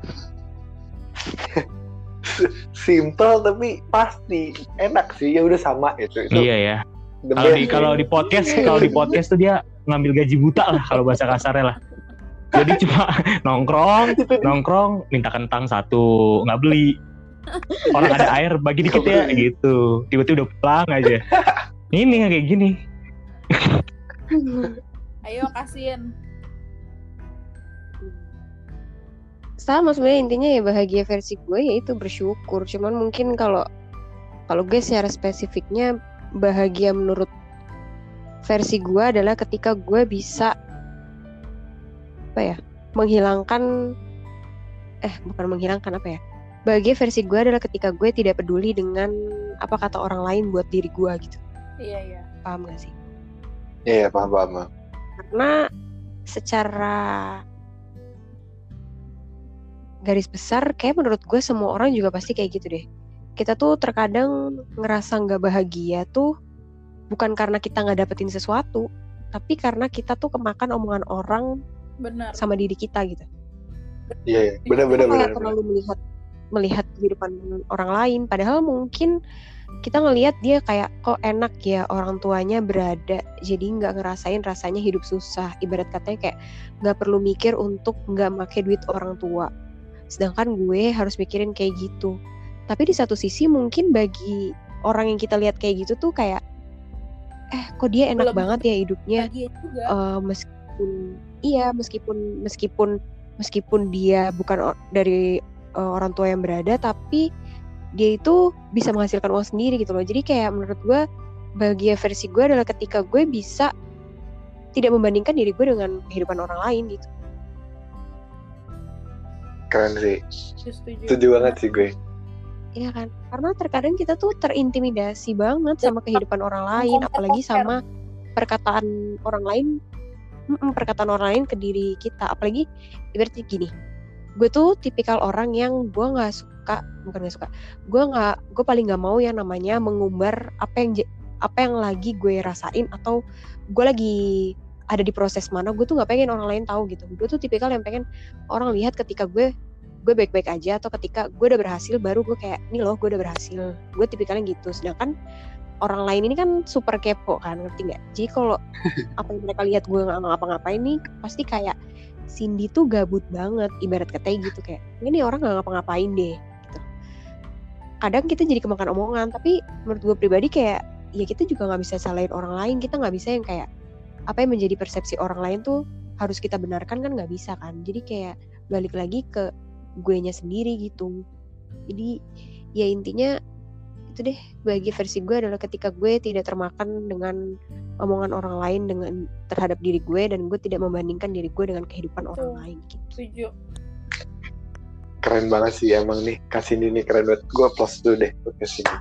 Simple tapi pasti enak sih, ya udah sama itu. Itu iya ya. the Kalau di best. kalau di podcast, kalau di podcast tuh dia ngambil gaji buta lah kalau bahasa kasarnya lah. Jadi cuma nongkrong, nongkrong, minta kentang satu, nggak beli. Orang ada air bagi dikit ya gitu. Tiba-tiba udah pulang aja. Ini nggak kayak gini. Ayo kasihin. Sama sebenarnya intinya ya bahagia versi gue yaitu bersyukur. Cuman mungkin kalau kalau gue secara spesifiknya bahagia menurut versi gue adalah ketika gue bisa apa ya menghilangkan eh bukan menghilangkan apa ya bahagia versi gue adalah ketika gue tidak peduli dengan apa kata orang lain buat diri gue gitu. Iya iya. Paham gak sih? Iya, yeah, paham paham. Karena secara garis besar kayak menurut gue semua orang juga pasti kayak gitu deh. Kita tuh terkadang ngerasa nggak bahagia tuh bukan karena kita nggak dapetin sesuatu, tapi karena kita tuh kemakan omongan orang Benar. sama diri kita gitu. Iya, yeah, benar benar Kita kayak benar. terlalu melihat melihat kehidupan orang lain, padahal mungkin kita ngelihat dia kayak kok enak ya orang tuanya berada, jadi nggak ngerasain rasanya hidup susah. Ibarat katanya kayak nggak perlu mikir untuk nggak pakai duit orang tua. Sedangkan gue harus mikirin kayak gitu. Tapi di satu sisi mungkin bagi orang yang kita lihat kayak gitu tuh kayak eh kok dia enak Belum banget ya hidupnya. Bahagia juga. Uh, meskipun iya meskipun meskipun meskipun dia bukan or- dari uh, orang tua yang berada, tapi dia itu bisa menghasilkan uang sendiri gitu loh. Jadi kayak menurut gue bahagia versi gue adalah ketika gue bisa tidak membandingkan diri gue dengan kehidupan orang lain gitu. Keren sih. Setuju. Setuju banget sih gue. Iya kan? Karena terkadang kita tuh terintimidasi banget sama kehidupan orang lain, apalagi sama perkataan orang lain, mm, perkataan orang lain ke diri kita. Apalagi ibaratnya gini, gue tuh tipikal orang yang gue nggak suka, bukan nggak suka, gue nggak, gue paling nggak mau yang namanya mengumbar apa yang apa yang lagi gue rasain atau gue lagi ada di proses mana. Gue tuh nggak pengen orang lain tahu gitu. Gue tuh tipikal yang pengen orang lihat ketika gue gue baik-baik aja, atau ketika gue udah berhasil baru gue kayak nih loh gue udah berhasil. Gue tipikalnya gitu. Sedangkan orang lain ini kan super kepo kan, ngerti nggak? Jadi kalau apa yang mereka lihat gue nggak ngapa-ngapain nih pasti kayak Cindy tuh gabut banget, ibarat katanya gitu, kayak ini orang nggak ngapa-ngapain deh gitu. Kadang kita jadi kemakan omongan, tapi menurut gue pribadi kayak ya kita juga nggak bisa salahin orang lain. Kita nggak bisa yang kayak apa yang menjadi persepsi orang lain tuh harus kita benarkan, kan nggak bisa kan. Jadi kayak balik lagi ke guenya sendiri gitu. Jadi ya intinya itu deh, bagi versi gue adalah ketika gue tidak termakan dengan omongan orang lain dengan terhadap diri gue, dan gue tidak membandingkan diri gue dengan kehidupan Betul. orang lain gitu. Setuju. Keren banget sih emang nih. Kasih ini keren banget. Gue applause dulu deh buat Cindy.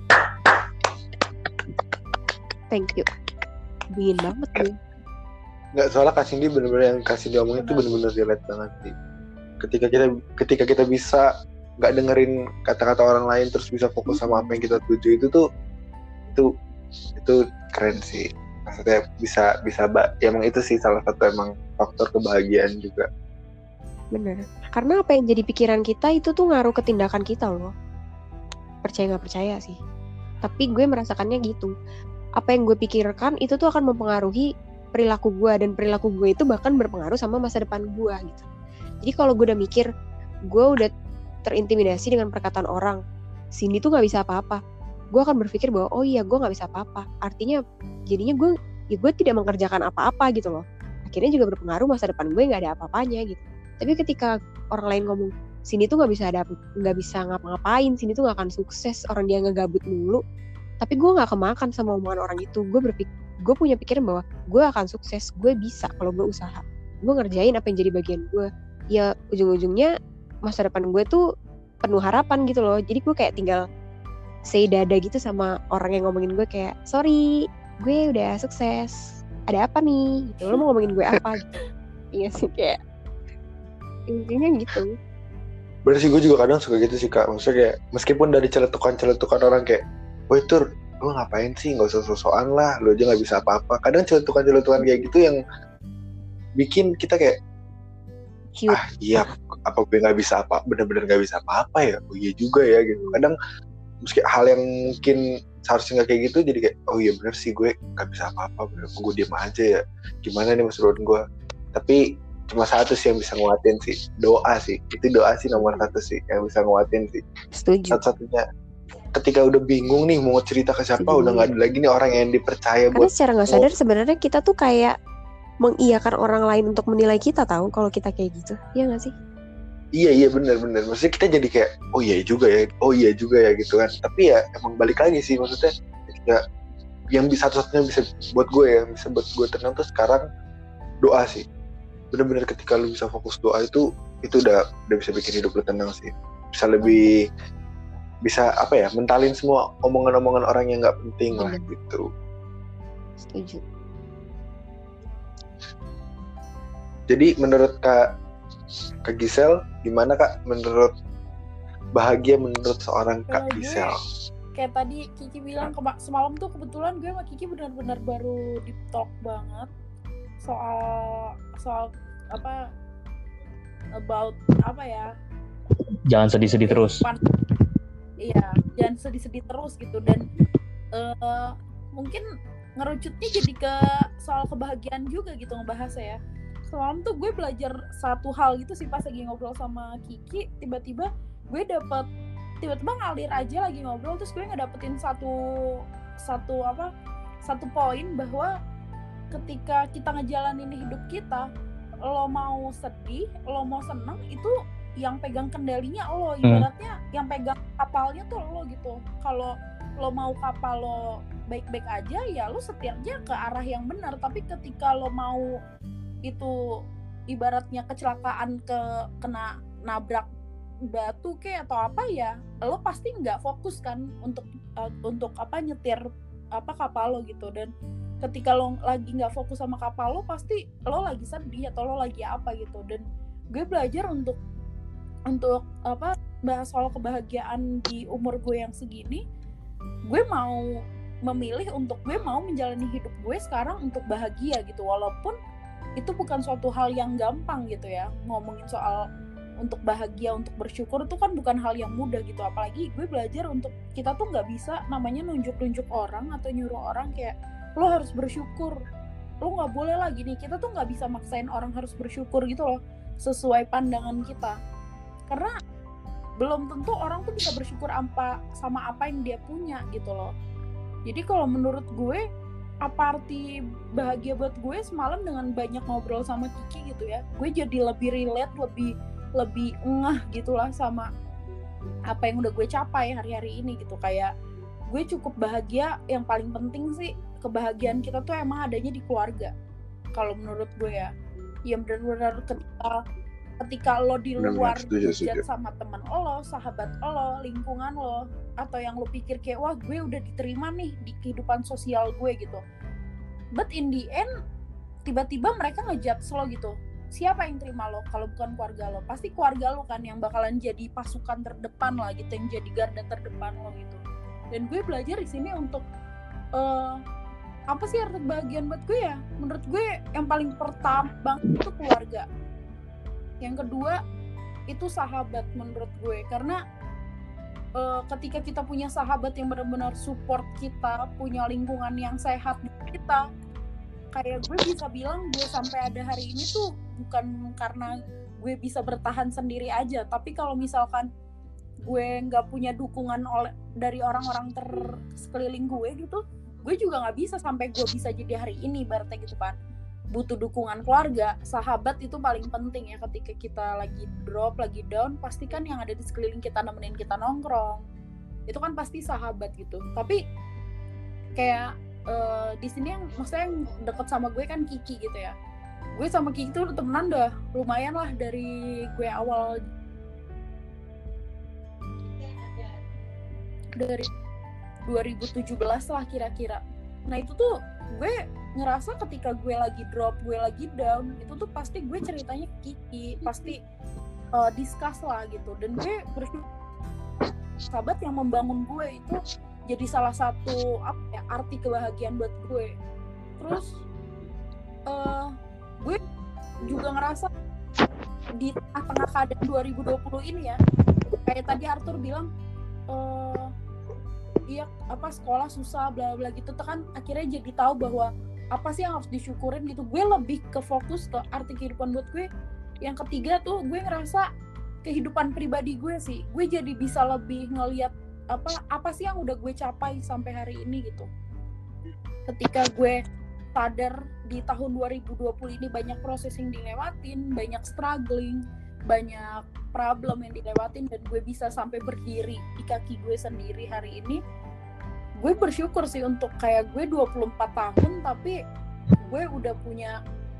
Thank you. Dingin banget nih. nggak, soalnya Kak Cindy bener-bener yang Kak Cindy omongin itu bener-bener relate banget sih. Ketika kita ketika kita bisa nggak dengerin kata-kata orang lain terus bisa fokus sama apa yang kita tuju, itu tuh itu itu keren sih. Maksudnya bisa bisa ya, emang itu sih salah satu emang faktor kebahagiaan juga. Bener. Karena apa yang jadi pikiran kita itu tuh ngaruh ke tindakan kita loh. Percaya nggak percaya sih. Tapi gue merasakannya gitu. Apa yang gue pikirkan itu tuh akan mempengaruhi perilaku gue, dan perilaku gue itu bahkan berpengaruh sama masa depan gue gitu. Jadi kalau gue udah mikir gue udah terintimidasi dengan perkataan orang, Cindy tuh nggak bisa apa-apa, gue akan berpikir bahwa oh iya gue nggak bisa apa-apa. Artinya jadinya gue ya gue tidak mengerjakan apa-apa gitu loh. Akhirnya juga berpengaruh masa depan gue nggak ada apa-apanya gitu. Tapi ketika orang lain ngomong Cindy tuh nggak bisa ada nggak bisa ngapa-ngapain, Cindy tuh nggak akan sukses, orang dia ngegabut mulu. Tapi gue nggak kemakan sama omongan orang itu. Gue berpikir, gue punya pikiran bahwa gue akan sukses, gue bisa kalau gue usaha, gue ngerjain apa yang jadi bagian gue. Ya ujung-ujungnya masa depan gue tuh penuh harapan gitu loh. Jadi gue kayak tinggal say dada gitu sama orang yang ngomongin gue kayak sorry, gue udah sukses, ada apa nih gitu, lo mau ngomongin gue apa gitu. Iya sih, kayak intinya gitu. Bener sih, gue juga kadang suka gitu sih Kak. Maksudnya kayak meskipun dari celetukan-celetukan orang kayak woi Tur, lo ngapain sih, gak usah so-soan lah, lo aja gak bisa apa-apa. Kadang celetukan-celetukan kayak gitu yang bikin kita kayak Cute. Ah iya, apa gue gak bisa apa, bener-bener gak bisa apa-apa ya. Oh iya juga ya gitu. Kadang meski hal yang mungkin seharusnya gak kayak gitu, jadi kayak oh iya bener sih, gue gak bisa apa-apa, bener, gue diem aja ya, gimana nih mas Ron gue. Tapi cuma satu sih yang bisa nguatin sih, doa sih. Itu doa sih nomor satu sih yang bisa nguatin sih. Setuju. Satu-satunya ketika udah bingung nih mau cerita ke siapa, Setuju. udah gak ada lagi nih orang yang dipercaya. Karena Buat secara gak sadar sebenarnya kita tuh kayak mengiyakan orang lain untuk menilai kita, tahu kalau kita kayak gitu. Iya gak sih? Iya iya benar-benar. Maksudnya kita jadi kayak oh iya juga ya, oh iya juga ya gitu kan. Tapi ya emang balik lagi sih, maksudnya ketika yang bisa satu-satunya bisa buat gue ya, bisa buat gue tenang tuh sekarang doa sih. Benar-benar ketika lu bisa fokus doa itu, itu udah udah bisa bikin hidup lu tenang sih. Bisa lebih bisa apa ya, mentalin semua omongan-omongan orang yang nggak penting lah gitu. Setuju. Jadi menurut Kak Kak Gisel, gimana Kak menurut bahagia menurut seorang Kak Kalau gue, Gisel? Kayak tadi Kiki bilang, kema- semalam tuh kebetulan gue sama Kiki benar-benar baru deep talk banget soal soal apa about apa ya, Jangan sedih-sedih terus. Iya, jangan sedih-sedih terus gitu. Dan uh, mungkin ngerucutnya jadi ke soal kebahagiaan juga gitu ngebahasnya ya. Semalam tuh gue belajar satu hal gitu sih pas lagi ngobrol sama Kiki. Tiba-tiba gue dapet tiba-tiba ngalir aja lagi ngobrol, terus gue ngedapetin satu satu apa satu poin bahwa ketika kita ngejalanin hidup kita, lo mau sedih, lo mau seneng, itu yang pegang kendalinya lo. Ibaratnya hmm. yang pegang kapalnya tuh lo gitu. Kalau lo mau kapal lo baik-baik aja, ya lo setirnya ke arah yang benar. Tapi ketika lo mau itu ibaratnya kecelakaan, ke kena nabrak batu kayak atau apa, ya lo pasti nggak fokus kan untuk uh, untuk apa nyetir apa kapal lo gitu. Dan ketika lo lagi nggak fokus sama kapal lo, pasti lo lagi sedih atau lo lagi apa gitu. Dan gue belajar untuk untuk apa bahas soal kebahagiaan di umur gue yang segini. Gue mau memilih untuk gue mau menjalani hidup gue sekarang untuk bahagia gitu, walaupun itu bukan suatu hal yang gampang gitu ya. Ngomongin soal untuk bahagia, untuk bersyukur itu kan bukan hal yang mudah gitu. Apalagi gue belajar untuk kita tuh nggak bisa namanya nunjuk-nunjuk orang atau nyuruh orang kayak lo harus bersyukur, lo nggak boleh lagi nih. Kita tuh nggak bisa maksain orang harus bersyukur gitu loh, sesuai pandangan kita. Karena belum tentu orang tuh bisa bersyukur apa sama apa yang dia punya gitu loh. Jadi kalau menurut gue, apa arti bahagia buat gue semalam dengan banyak ngobrol sama Kiki gitu ya, gue jadi lebih relate, lebih lebih ngeh gitulah sama apa yang udah gue capai hari-hari ini gitu. Kayak gue cukup bahagia. Yang paling penting sih kebahagiaan kita tuh emang adanya di keluarga. Kalau menurut gue ya, yang benar-benar ketika ketika lo di luar hujat sama teman lo, sahabat lo, lingkungan lo, atau yang lo pikir kayak wah gue udah diterima nih di kehidupan sosial gue gitu. But in the end tiba-tiba mereka ngejudge lo gitu. Siapa yang terima lo kalau bukan keluarga lo? Pasti keluarga lo kan yang bakalan jadi pasukan terdepan lah gitu, yang jadi garda terdepan lo gitu. Dan gue belajar di sini untuk uh, apa sih arti kebahagiaan buat gue ya? Menurut gue yang paling pertama banget itu keluarga. Yang kedua itu sahabat menurut gue, karena uh, ketika kita punya sahabat yang benar-benar support kita, punya lingkungan yang sehat di kita, kayak gue bisa bilang gue sampai ada hari ini tuh bukan karena gue bisa bertahan sendiri aja, tapi kalau misalkan gue nggak punya dukungan oleh dari orang-orang ter sekeliling gue gitu, gue juga nggak bisa sampai gue bisa jadi hari ini, berarti gitu kan. Butuh dukungan keluarga, sahabat itu paling penting ya. Ketika kita lagi drop, lagi down, pastikan yang ada di sekeliling kita nemenin kita nongkrong, itu kan pasti sahabat gitu. Tapi kayak uh, di sini yang maksudnya yang deket sama gue kan Kiki gitu ya. Gue sama Kiki tuh temenan udah lumayan lah dari gue awal, dari dua ribu tujuh belas lah kira-kira. Nah itu tuh gue ngerasa ketika gue lagi drop, gue lagi down, itu tuh pasti gue ceritanya ke Kiki, pasti uh, discuss lah gitu. Dan gue bersyukur sahabat yang membangun gue itu jadi salah satu apa ya, arti kebahagiaan buat gue. Terus uh, gue juga ngerasa di tengah-tengah keadaan dua ribu dua puluh ini ya, kayak tadi Arthur bilang uh, iya apa sekolah susah bla bla gitu, kan akhirnya jadi tahu bahwa apa sih yang harus disyukurin gitu. Gue lebih ke fokus ke arti kehidupan buat gue. Yang ketiga tuh gue ngerasa kehidupan pribadi gue sih, gue jadi bisa lebih ngelihat apa apa sih yang udah gue capai sampai hari ini gitu. Ketika gue sadar di tahun dua ribu dua puluh ini banyak proses yang dilewatin, banyak struggling, banyak problem yang dilewatin, dan gue bisa sampai berdiri di kaki gue sendiri hari ini, gue bersyukur sih untuk kayak gue dua puluh empat tahun tapi gue udah punya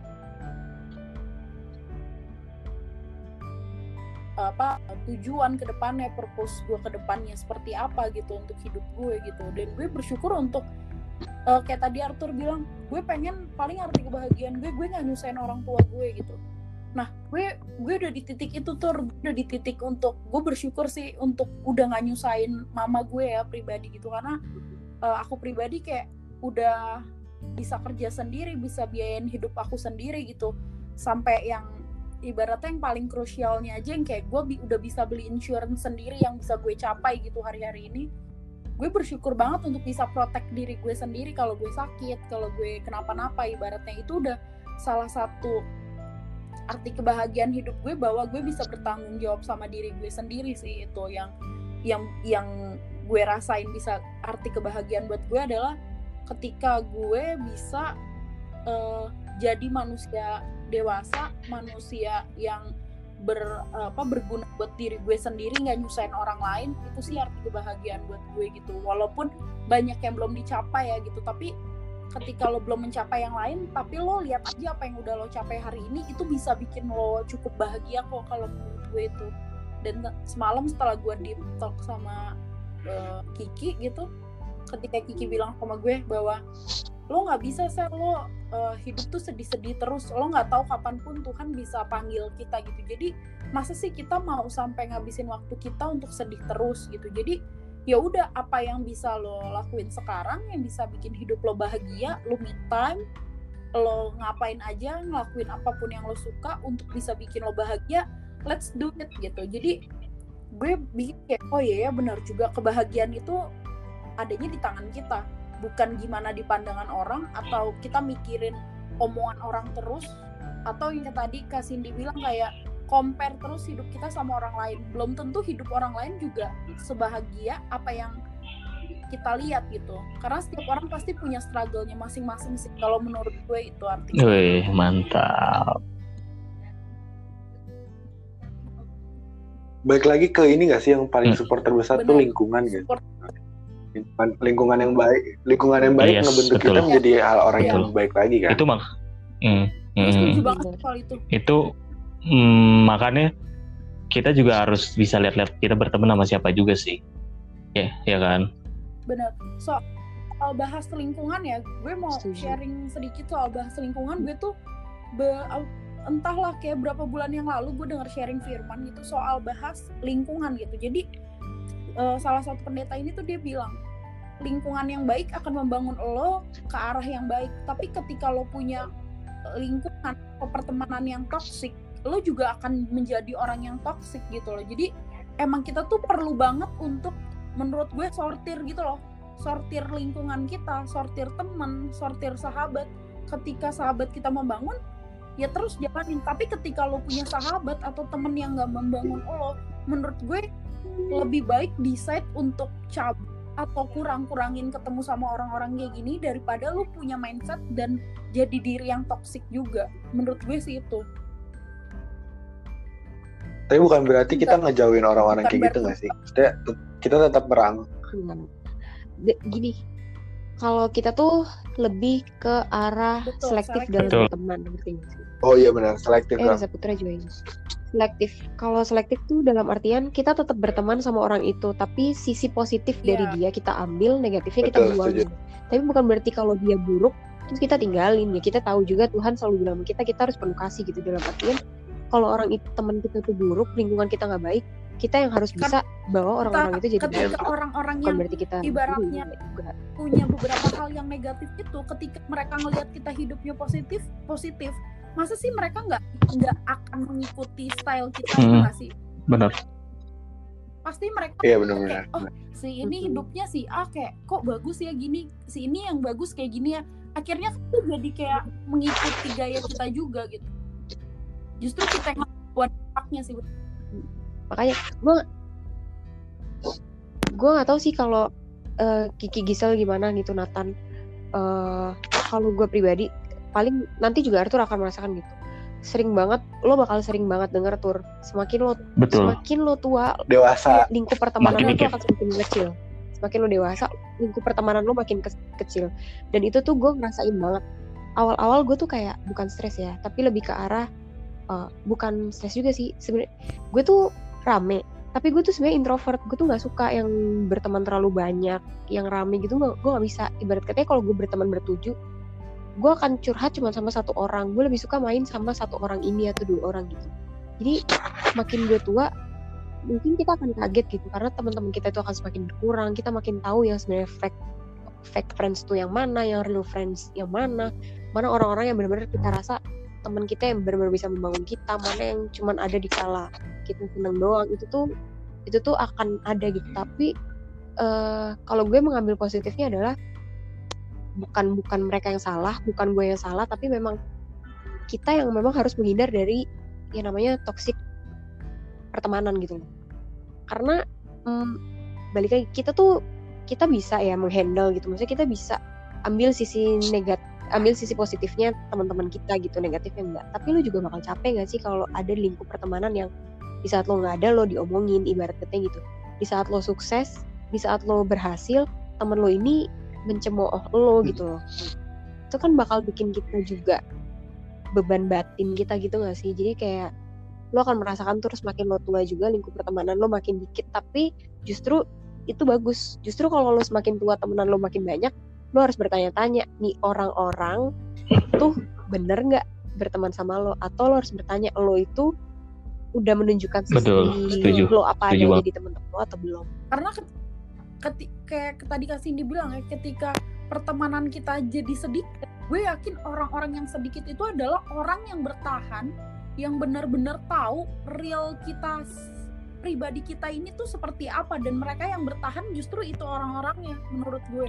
apa tujuan ke depannya, purpose gue ke depannya seperti apa gitu untuk hidup gue gitu. Dan gue bersyukur untuk uh, kayak tadi Arthur bilang, gue pengen paling arti kebahagiaan gue gue nggak nyusahin orang tua gue gitu. Nah gue gue udah di titik itu tuh, udah di titik untuk gue bersyukur sih untuk udah nggak nyusahin mama gue ya pribadi gitu, karena uh, aku pribadi kayak udah bisa kerja sendiri, bisa biayain hidup aku sendiri gitu, sampai yang ibaratnya yang paling krusialnya aja yang kayak gue bi- udah bisa beli insurance sendiri yang bisa gue capai gitu hari-hari ini. Gue bersyukur banget untuk bisa protect diri gue sendiri kalau gue sakit, kalau gue kenapa-napa, ibaratnya itu udah salah satu arti kebahagiaan hidup gue, bahwa gue bisa bertanggung jawab sama diri gue sendiri sih. Itu yang yang yang gue rasain bisa arti kebahagiaan buat gue adalah ketika gue bisa uh, jadi manusia dewasa, manusia yang ber apa berguna buat diri gue sendiri, nggak nyusahin orang lain. Itu sih arti kebahagiaan buat gue gitu. Walaupun banyak yang belum dicapai ya gitu, tapi ketika lo belum mencapai yang lain, tapi lo lihat aja apa yang udah lo capai hari ini, itu bisa bikin lo cukup bahagia kok kalau menurut gue itu. Dan semalam setelah gue deep talk sama uh, Kiki gitu, ketika Kiki bilang sama gue bahwa lo nggak bisa sih lo uh, hidup tuh sedih-sedih terus, lo nggak tahu kapanpun Tuhan bisa panggil kita gitu. Jadi masa sih kita mau sampai ngabisin waktu kita untuk sedih terus gitu. Jadi ya udah, apa yang bisa lo lakuin sekarang yang bisa bikin hidup lo bahagia, lo me time, lo ngapain aja, ngelakuin apapun yang lo suka untuk bisa bikin lo bahagia, let's do it gitu. Jadi gue bikin kayak oh iya ya benar juga, kebahagiaan itu adanya di tangan kita, bukan gimana di pandangan orang, atau kita mikirin omongan orang terus, atau yang tadi Kak Cindy bilang kayak compare terus hidup kita sama orang lain. Belum tentu hidup orang lain juga sebahagia apa yang kita lihat gitu, karena setiap orang pasti punya struggle-nya masing-masing sih kalau menurut gue itu artinya. Wih, mantap. Baik lagi ke ini nggak sih yang paling support terbesar tuh lingkungan gitu. Support. Lingkungan yang baik, lingkungan yang baik yes, ngebentuk betul. Kita menjadi hal orang yang betul. Baik lagi kan. Itu mak, mm, mm, setuju banget soal itu. Itu mm, makanya kita juga harus bisa lihat-lihat kita berteman sama siapa juga sih, ya, yeah, ya kan. Benar. So soal bahas lingkungan ya, gue mau Setuju. sharing sedikit soal bahas lingkungan. Gue tuh be- entahlah kayak berapa bulan yang lalu gue dengar sharing Firman gitu soal bahas lingkungan gitu. Jadi uh, salah satu pendeta ini tuh dia bilang lingkungan yang baik akan membangun lo ke arah yang baik. Tapi ketika lo punya lingkungan atau pertemanan yang toksik, lo juga akan menjadi orang yang toksik gitu loh. Jadi emang kita tuh perlu banget untuk, menurut gue, sortir gitu loh. Sortir lingkungan kita, sortir teman, sortir sahabat. Ketika sahabat kita membangun, ya terus jalanin. Tapi ketika lo punya sahabat atau teman yang gak membangun lo, menurut gue lebih baik decide untuk cabut atau kurang-kurangin ketemu sama orang-orang kayak gini daripada lo punya mindset dan jadi diri yang toksik juga. Menurut gue sih itu. Tapi bukan berarti kita ngejauhin orang-orang Bukan kayak gitu berarti- nggak sih? Kita, kita tetap merangkul. De- gini, kalau kita tuh lebih ke arah Betul, selektif selektif. dalam Betul. berteman, ngerti nggak sih? Oh iya benar, selektif Eh, kan. Reza Putra juga ini. Selektif. Kalau selektif tuh dalam artian kita tetap berteman sama orang itu, tapi sisi positif dari Iya. dia kita ambil, negatifnya kita Betul, buang. setuju. Tapi bukan berarti kalau dia buruk terus kita tinggalin. Ya kita tahu juga Tuhan selalu bilang sama kita, kita harus penuh kasih gitu. Dalam artian kalau orang itu, teman kita tuh buruk, lingkungan kita nggak baik, kita yang harus Kan bisa bawa orang-orang itu jadi ketika baik. orang-orang Bukan yang berarti kita ibaratnya juga. punya beberapa hal yang negatif itu, ketika mereka ngelihat kita hidupnya positif positif masa sih mereka nggak nggak akan mengikuti style kita Hmm. nggak sih? Benar. Pasti mereka Iya kayak, benar-benar. oh si ini Mhm. hidupnya si A kayak kok bagus ya gini, si ini yang bagus kayak gini ya, akhirnya itu jadi kayak mengikuti gaya kita juga gitu. Justru kita yang buat haknya sih. Makanya gue gue nggak tahu sih kalau eh, Kiki Gisel gimana gitu, Nathan. Eh, kalau gue pribadi paling nanti juga Arthur akan merasakan gitu. Sering banget lo bakal sering banget denger Tur, semakin lo Betul. semakin lo tua, Dewasa. kayak lingkup pertemanan Makin lo tuh mikir. akan semakin kecil. Semakin lo dewasa, lingkup pertemanan lo makin ke- kecil. Dan itu tuh gue ngerasain banget. Awal-awal gue tuh kayak bukan stres ya, tapi lebih ke arah eh, bukan stres juga sih. Sebenarnya gue tuh rame, tapi gue tuh sebenarnya introvert. Gue tuh nggak suka yang berteman terlalu banyak, yang rame gitu. Gue nggak bisa. Ibarat katanya kalau gue berteman bertujuh, gue akan curhat cuma sama satu orang. Gue lebih suka main sama satu orang ini atau dua orang gitu. Jadi makin gue tua, mungkin kita akan kaget gitu, karena teman-teman kita itu akan semakin berkurang. Kita makin tahu yang sebenarnya fake fake friends tuh yang mana, yang real friends yang mana, mana orang-orang yang benar-benar kita rasa teman kita yang benar-benar bisa membangun kita, mana yang cuman ada di kala kita seneng doang. Itu tuh itu tuh akan ada gitu. Tapi eh, kalau gue mengambil positifnya adalah bukan bukan mereka yang salah, bukan gue yang salah, tapi memang kita yang memang harus menghindar dari yang namanya toxic pertemanan gitu loh. Karena hmm, balik lagi, kita tuh kita bisa ya menghandle gitu, maksudnya kita bisa ambil sisi negatif, ambil sisi positifnya teman-teman kita gitu, negatifnya enggak. Tapi lu juga bakal capek nggak sih kalau ada lingkup pertemanan yang di saat lo nggak ada lo diomongin, ibarat katanya gitu. Di saat lo sukses, di saat lo berhasil, temen lo ini mencemooh lo gitu loh. Itu kan bakal bikin kita juga beban batin kita gitu nggak sih? Jadi kayak lo akan merasakan terus makin lo tua juga lingkup pertemanan lo makin dikit, tapi justru itu bagus. Justru kalau lo semakin tua temenan lo makin banyak, lo harus bertanya-tanya nih orang-orang tuh bener nggak berteman sama lo, atau lo harus bertanya lo itu udah menunjukkan sisi Betul, setuju. lo apa Setuju adanya banget. di temen-temen lo atau belum. Karena ket- keti- kayak tadi Kak Cindy bilang ya, ketika pertemanan kita jadi sedikit, gue yakin orang-orang yang sedikit itu adalah orang yang bertahan, yang benar-benar tahu real kita, pribadi kita ini tuh seperti apa, dan mereka yang bertahan justru itu orang-orangnya menurut gue.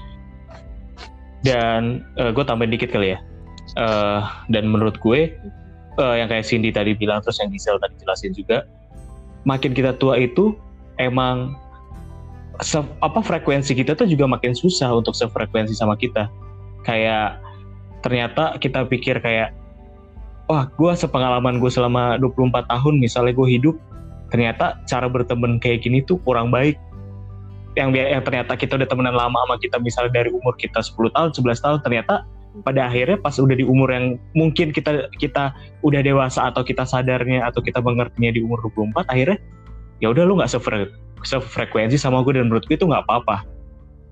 Dan eh, gue tambahin dikit kali ya. Eh, dan menurut gue eh, yang kayak Cindy tadi bilang, terus yang Gisel tadi jelasin juga, makin kita tua itu emang se- apa frekuensi kita tuh juga makin susah untuk sefrekuensi sama kita. Kayak ternyata kita pikir kayak, wah gue sepengalaman gue selama dua puluh empat tahun misalnya gue hidup, ternyata cara berteman kayak gini tuh kurang baik. Yang, yang ternyata kita udah temenan lama sama kita misalnya dari umur kita sepuluh tahun, sebelas tahun, ternyata pada akhirnya pas udah di umur yang mungkin kita kita udah dewasa atau kita sadarnya atau kita mengertinya di umur dua puluh empat, akhirnya ya udah lu nggak sefre- sefrekuensi sama gue, dan menurut gue itu nggak apa-apa.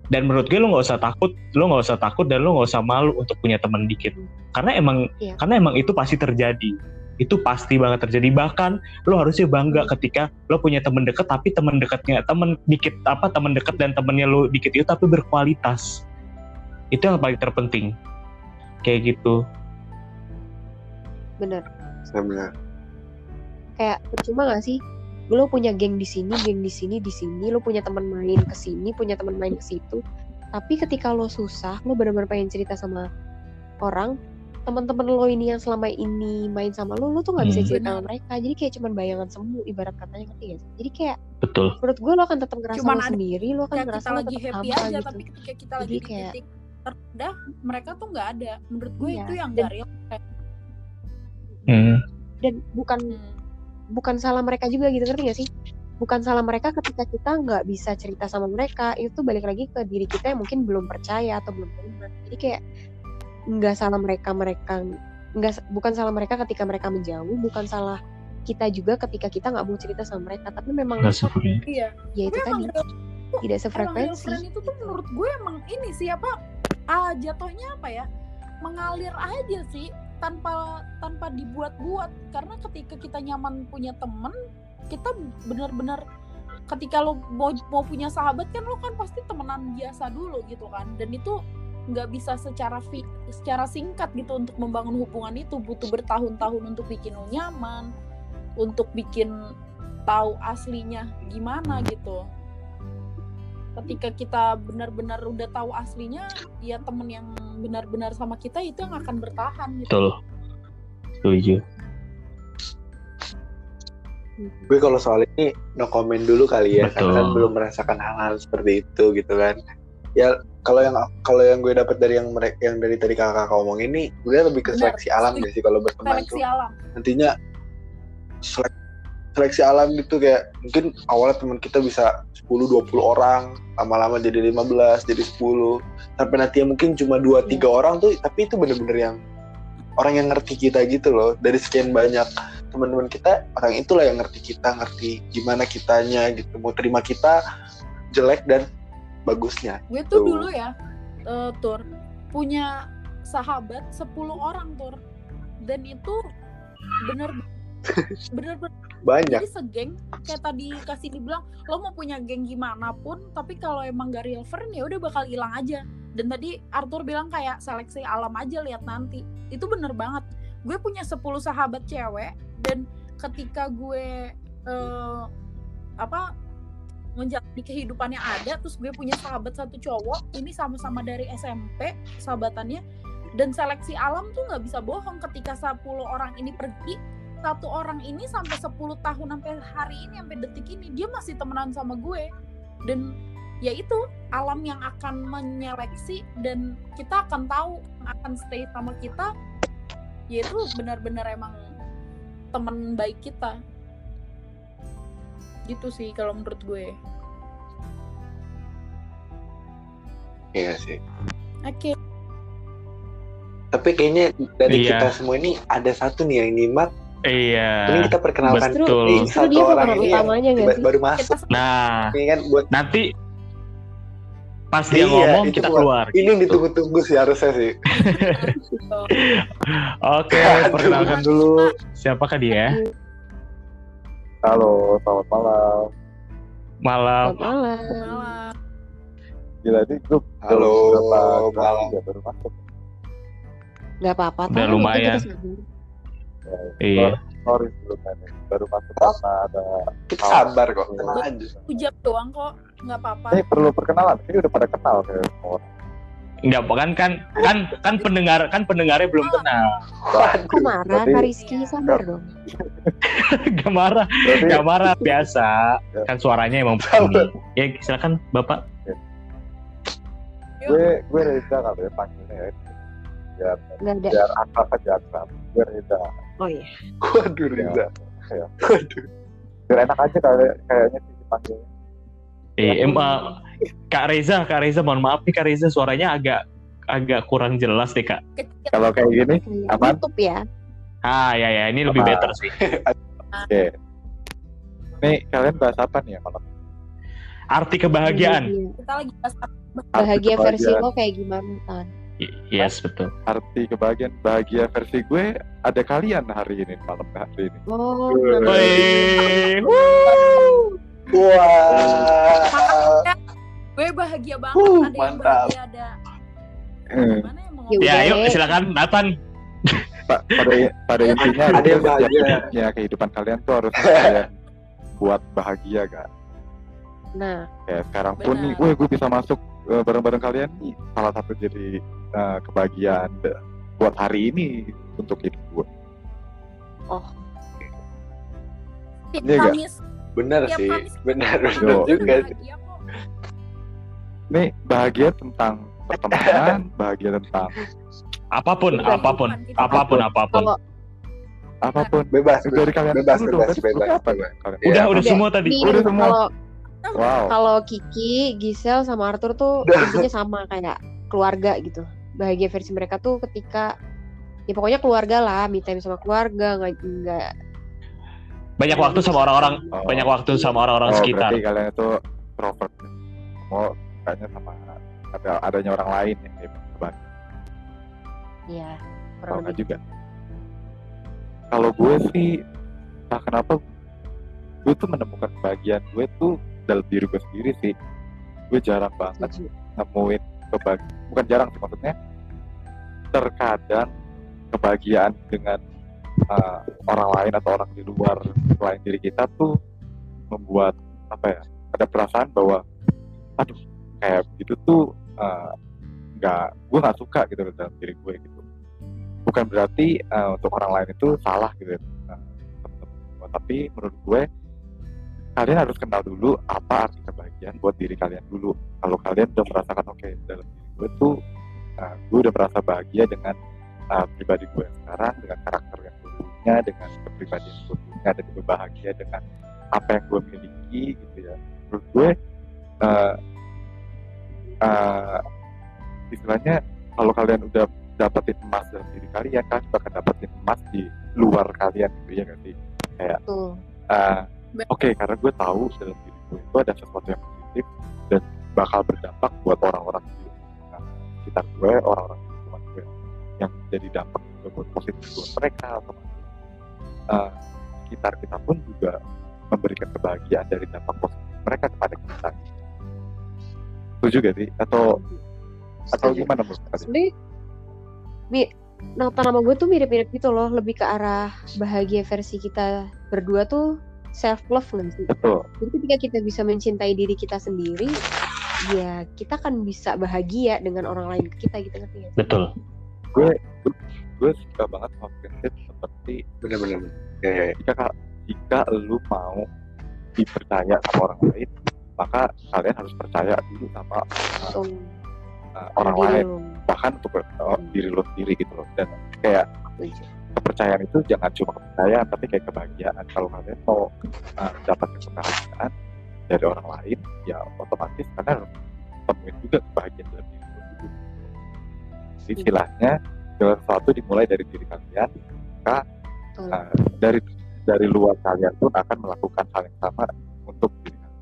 Dan menurut gue lo nggak usah takut, lo nggak usah takut dan lo nggak usah malu untuk punya teman dikit. Karena emang, Iya. karena emang itu pasti terjadi. Itu pasti banget terjadi. Bahkan lo harusnya bangga Hmm. ketika lo punya teman dekat, tapi teman dekatnya, teman dikit apa teman dekat dan temennya lo dikit itu tapi berkualitas. Itu yang paling terpenting. Kayak gitu. Bener. Benar. Kayak percuma gak sih lo punya geng di sini, geng di sini, di sini, lo punya teman main ke sini, punya teman main ke situ. Tapi ketika lo susah, lo benar-benar pengen cerita sama orang, teman-teman lo ini yang selama ini main sama lo, lo tuh nggak bisa Hmm. cerita Benar. sama mereka. Jadi kayak cuman bayangan semu, ibarat katanya, ngerti gak sih? Jadi kayak Betul. menurut gue lo akan tetap ngerasa Cuman lo ada sendiri, lo akan ketika ngerasa kita lo lagi tetap happy hampa aja, gitu. tapi ketika kita Jadi lagi di kayak titik terendah, mereka tuh nggak ada. Menurut gue iya, itu yang dan gak real. Kayak, Hmm. dan bukan hmm, bukan salah mereka juga gitu, ngerti gak sih? Bukan salah mereka ketika kita nggak bisa cerita sama mereka, itu balik lagi ke diri kita yang mungkin belum percaya atau belum terima. Jadi kayak nggak salah mereka mereka nggak bukan salah mereka ketika mereka menjauh, bukan salah kita juga ketika kita nggak mau cerita sama mereka, tapi memang Nggak sebenarnya. iya. ya itu Tapi emang tadi real, tidak emang real sefrekuensi friend itu tuh gitu. menurut gue emang ini siapa ah jatuhnya apa ya, mengalir aja sih tanpa tanpa dibuat-buat. Karena ketika kita nyaman punya temen, kita benar-benar ketika lo mau, mau punya sahabat kan lo kan pasti temenan biasa dulu gitu kan, dan itu nggak bisa secara fi, secara singkat gitu untuk membangun hubungan itu, butuh bertahun-tahun untuk bikin lo nyaman, untuk bikin tahu aslinya gimana gitu. Ketika kita benar-benar udah tahu aslinya, ya temen yang benar-benar sama kita itu yang akan bertahan gitu. Betul. Setuju. Gue kalau soal ini no comment dulu kali ya, Betul. karena kan belum merasakan hal-hal seperti itu gitu kan. Ya kalau yang kalau yang gue dapat dari yang mereka yang dari tadi kakak ngomong ini, gue lebih ke Benar, seleksi alam setuju. gak sih kalau berteman Seleksi tuh. alam. Nantinya selek- seleksi alam gitu, kayak mungkin awalnya teman kita bisa sepuluh dua puluh orang, lama-lama jadi lima belas, jadi sepuluh, sampai nantinya mungkin cuma dua tiga orang tuh, tapi itu bener-bener yang orang yang ngerti kita gitu loh. Dari sekian banyak teman-teman kita, orang itulah yang ngerti kita, ngerti gimana kitanya gitu, mau terima kita jelek dan bagusnya. Gue tuh Tuh. dulu ya, uh, Tur, punya sahabat sepuluh orang, Tur. Dan itu bener bener Banyak. jadi segeng, kayak tadi kasih dibilang, lo mau punya geng gimana pun, tapi kalau emang gak real friend ya udah bakal hilang aja. Dan tadi Arthur bilang kayak seleksi alam aja, lihat nanti. Itu bener banget. Gue punya sepuluh sahabat cewek, dan ketika gue uh, apa menjalani kehidupannya ada, terus gue punya sahabat satu cowok, ini sama-sama dari S M P sahabatannya, dan seleksi alam tuh nggak bisa bohong. Ketika sepuluh orang ini pergi, satu orang ini sampai sepuluh tahun, sampai hari ini, sampai detik ini dia masih temenan sama gue. Dan ya itu alam yang akan menyeleksi, dan kita akan tahu akan stay sama kita, yaitu benar-benar emang teman baik kita. Gitu sih kalau menurut gue. Iya sih. Oke. Tapi kayaknya dari Iya. kita semua ini ada satu nih yang nyimak. Iya. Ini kita perkenalkan Justru, Betul. nih justru satu dia orang pemeran ini yang utamanya gak ba- sih? baru masuk. Kita Nah, Ini kan buat nanti pas dia Iya, ngomong itu kita buat- keluar. ini yang gitu. ditunggu-tunggu sih harusnya sih. Oke, Aduh. perkenalkan dulu siapakah dia? Halo, selamat malam. Malam. Selamat malam. malah Gila nih grup. Halo, berapa malam. ya baru masuk. Gak apa-apa. Udah tahu itu lumayan. kita sabar. Ya, Iya. Sorry sebelumnya nih. Baru masuk karena ada. Kita sabar kok, tenang aja. hujat doang kok, nggak apa-apa. Ini perlu perkenalan. Ini udah pada kenal kayak semua orang. Enggak, kan kan kan kan pendengar kan pendengarnya belum kenal. Kok marah Berarti- Kak Rizky? Sabar dong. Gak marah, Berarti gak marah biasa. Kan suaranya emang begini. Ya silakan Bapak. gue gue Reza kali ya panggilnya ya. Biar Gak ada. biar akrab aja akrab. Gue Reza. Oh iya. Waduh, Riza. Ya. Waduh. Biar enak aja kayak kayaknya sih dipanggilnya. Eh, em, uh, Kak Reza, Kak Reza, mohon maaf nih Kak Reza, suaranya agak agak kurang jelas deh Kak. Kecil. Kalau kayak gini, Kayak aman? YouTube ya. Ah ya ya, ini lebih Apa? better sih. oke. Nih kalian bahas apa nih ya malam ini? Arti kebahagiaan. Iya. Kita lagi bahas Bahagia versi kebahagiaan. lo kayak gimana Tan? Y- Yes, betul. Arti kebahagiaan bahagia versi gue ada kalian hari ini malam hari ini. Oh, Wih. nah. Wih, Wah. Gue bahagia banget Uh, ada yang mantap. bahagia ada. Hmm. Gimana yang mau Ya ngomong? ya udah, yuk Re. silakan Nathan. Pa- pada pada intinya Ada yang setiap bahagia. hidupnya kehidupan kalian tuh harus kalian buat bahagia kan. Nah, Kayak sekarang pun nih, Benar. weh gue bisa masuk eh, bareng-bareng kalian nih, salah satu jadi eh, kebahagiaan de- buat hari ini untuk hidup gue. Tiap Iya nggak? Kamis, Bener tiap sih. Kamis Bener, Yo. bener juga sih. bahagia kok. Nih bahagia tentang pertemanan, bahagia tentang Apapun, Bukan, apapun, bukan. apapun, apapun. kalau apapun. Bebas, Dari kalian bebas, dulu dong, bebas, tadi bebas, apa bebas. kalian? Iya. Udah, udah Udah. semua tadi. nih, Udah semua. kalau Wow. kalau Kiki, Gisel sama Arthur tuh Udah. intinya sama kayak keluarga gitu. Bahagia versi mereka tuh ketika ya pokoknya keluarga lah, me time sama keluarga, nggak nggak Banyak waktu sama orang-orang, Oh. banyak waktu sama orang-orang Oh, sekitar. berarti kalian itu introvert. Mau kayaknya sama ada adanya orang lain yang kayak kebahagiaan. ya Kalau kurang nggak lebih. juga. Kalau gue sih, nah kenapa gue tuh menemukan kebahagiaan gue tuh dalam diri gue sendiri sih. Gue jarang banget Setuju. nemuin kebahagiaan, bukan jarang sih maksudnya. Terkadang kebahagiaan dengan uh, orang lain atau orang di luar selain diri kita tuh membuat apa ya? Ada perasaan bahwa, aduh, kayak gitu tuh uh, nggak, gue nggak suka gitu loh dalam diri gue gitu. Bukan berarti uh, untuk orang lain itu salah gitu ya. Nah, temen-temen gue. Tapi menurut gue kalian harus kenal dulu apa arti kebahagiaan buat diri kalian dulu. Kalau kalian udah merasakan oke okay, dalam diri gue tuh uh, gue udah merasa bahagia dengan uh, pribadi gue yang sekarang, dengan karakter yang gue punya, dengan kepribadian yang gue punya, dan gue bahagia dengan apa yang gue miliki gitu ya. Menurut gue uh, uh, istilahnya kalau kalian udah dapetin emas dalam diri kalian, kalian bakal dapetin emas di luar kalian gitu ya kan sih. Kayak Tuh. uh, oke okay, karena gue tahu dalam diri gue itu ada sesuatu yang positif dan bakal berdampak buat orang-orang di uh, sekitar gue, orang-orang di lingkungan gue yang jadi dampak juga buat positif buat mereka atau uh, sekitar kita pun juga memberikan kebahagiaan dari dampak positif mereka kepada kita. Setuju gak sih? Atau atau Setuju. gimana menurut kalian? Sebenarnya mi- Nathan sama gue tuh mirip-mirip gitu loh, lebih ke arah bahagia versi kita berdua tuh self love nggak sih? Betul. Jadi ketika kita bisa mencintai diri kita sendiri, ya kita kan bisa bahagia dengan orang lain ke kita gitu ngerti nggak sih? Betul. Gue gue suka banget sama prinsip seperti Bener-bener. Ya, ya, ya. jika jika lu mau dipercaya sama orang lain, maka kalian harus percaya dulu sama uh, Tuh, uh, orang diri lain, lo. bahkan untuk uh, diri lo sendiri gitu loh. Dan kayak Setuju. kepercayaan itu jangan cuma kepercayaan, tapi kayak kebahagiaan. Kalau kalian mau uh, dapatkan kebahagiaan dari orang lain, ya otomatis kalian harus temuin juga kebahagiaan dalam diri lo dulu. Jadi istilahnya segala sesuatu dimulai dari diri kalian, maka Tuh. uh, dari dari luar kalian pun akan melakukan hal yang sama untuk diri kalian.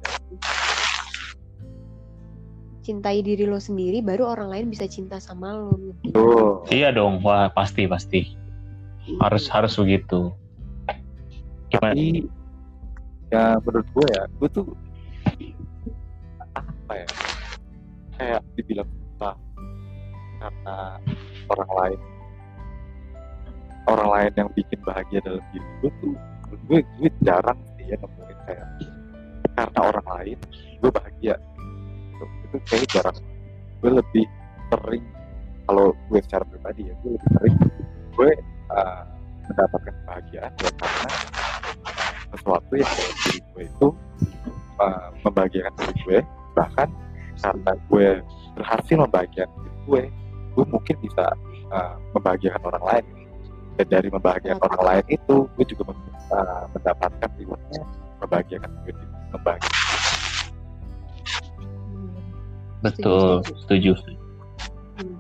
Cintai diri lo sendiri, baru orang lain bisa cinta sama lo. Tuh. Iya dong, wah pasti pasti harus harus begitu. Gimana? Tapi ya menurut gue ya, gue tuh apa ya, kayak dibilang susah karena orang lain orang lain yang bikin bahagia dalam diri gue tuh, menurut gue gue jarang sih ya nemuin kayak karena orang lain gue bahagia. Itu, itu kayak jarang. Gue lebih sering, kalau gue secara pribadi ya, gue lebih sering gue uh, mendapatkan kebahagiaan ya karena uh, sesuatu yang dalam diri gue itu uh, membahagiakan diri gue, bahkan karena gue berhasil membahagiakan diri gue, gue mungkin bisa uh, membahagiakan orang lain, dan dari membahagiakan orang lain itu gue juga mem- uh, mendapatkan rewardnya membahagiakan gue, membahagiakan. Hmm. Betul, setuju. Hmm.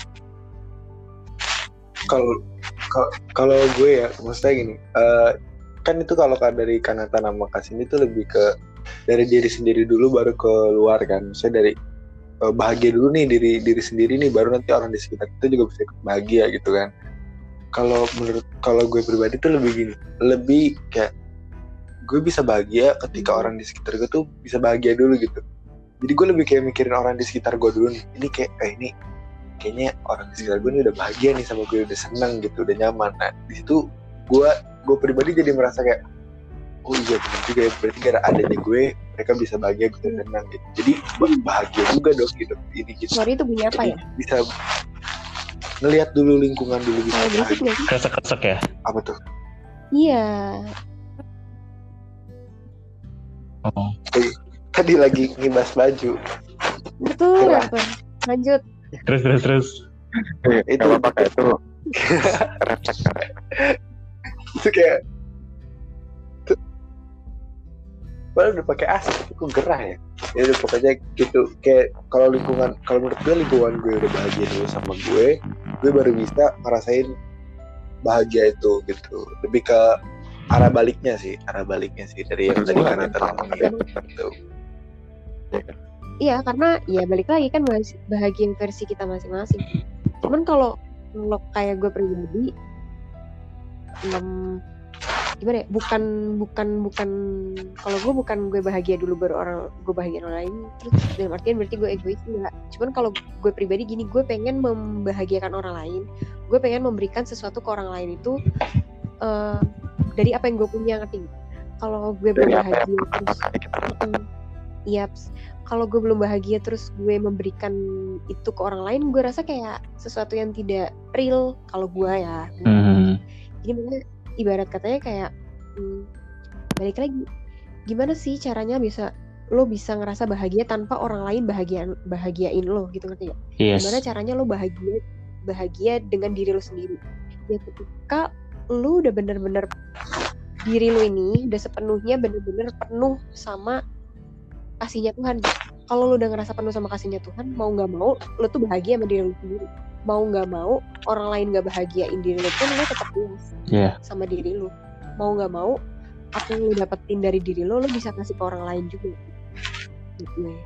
Kalau kalau- kalau gue ya, maksudnya gini, eh, kan itu kalau kan dari Kanata nama Kasini itu lebih ke dari diri sendiri dulu baru ke luar kan, maksudnya dari uh, bahagia dulu nih diri diri sendiri nih, baru nanti orang di sekitar kita juga bisa ikut bahagia gitu kan. Kalau menurut kalau gue pribadi tuh lebih gini, lebih kayak gue bisa bahagia ketika orang di sekitar gue tuh bisa bahagia dulu gitu. Jadi gue lebih kayak mikirin orang di sekitar gue dulu nih. Ini kayak eh ini kayaknya orang di sekitar gue nih udah bahagia nih sama gue, udah seneng gitu, udah nyaman. Nah di situ gue gue pribadi jadi merasa kayak oh iya benar juga ya, berarti gara adanya gue mereka bisa bahagia, bisa senang gitu. Jadi bahagia juga dong hidup ini gitu. Suara itu bunyi apa Jadi ya? bisa ngelihat dulu lingkungan dulu bisa Kayak berisik bahagia. nggak sih? Kresek-kresek ya. Apa tuh? Iya. Oh. Tadi lagi ngibas baju. Betul, Gerah. betul. Lanjut. Terus terus terus. Itu- itu apa kayak itu refleks kan. Itu kayak itu, padahal udah pakai A C tapi kok gerah ya. Ya udah pokoknya gitu. Kayak kalau lingkungan, kalau menurut gue lingkungan gue udah bahagia dulu sama gue, gue baru bisa ngerasain bahagia itu gitu. Lebih ke arah baliknya sih, arah baliknya sih dari yang tadi karena terangin gitu. Iya, karena ya balik lagi kan bahas- bahagia versi kita masing-masing. Cuman kalau kalau kayak gue pribadi, em, gimana ya? Bukan bukan bukan kalau gue bukan gue bahagia dulu baru orang gue bahagia orang lain. Terus dalam artian berarti gue egois enggak. Cuman kalau gue pribadi gini, gue pengen membahagiakan orang lain. Gue pengen memberikan sesuatu ke orang lain itu eh, dari apa yang gue punya, ngerti nggak? Kalau gue belum Dari apa bahagia yang terus pertama kali kita rasakan. Mm-mm. Yaps. Kalau gue belum bahagia terus gue memberikan itu ke orang lain, gue rasa kayak sesuatu yang tidak real kalau gue ya. Hmm. Jadi makanya ibarat katanya kayak hmm, balik lagi, gimana sih caranya bisa lo bisa ngerasa bahagia tanpa orang lain bahagia bahagiain lo gitu, ngerti gak? Yes. Gimana caranya lo bahagia bahagia dengan diri lo sendiri? Ya ketika lo udah bener-bener diri lo ini udah sepenuhnya bener-bener penuh sama kasihnya Tuhan. Kalau lo udah ngerasa penuh sama kasihnya Tuhan, mau nggak mau lo tuh bahagia sama diri lo sendiri. Mau nggak mau orang lain nggak bahagiain diri lo pun lo tetap puas Iya. sama diri lo. Mau nggak mau apa yang lo dapetin dari diri lo, lo bisa kasih ke orang lain juga. Gitu ya.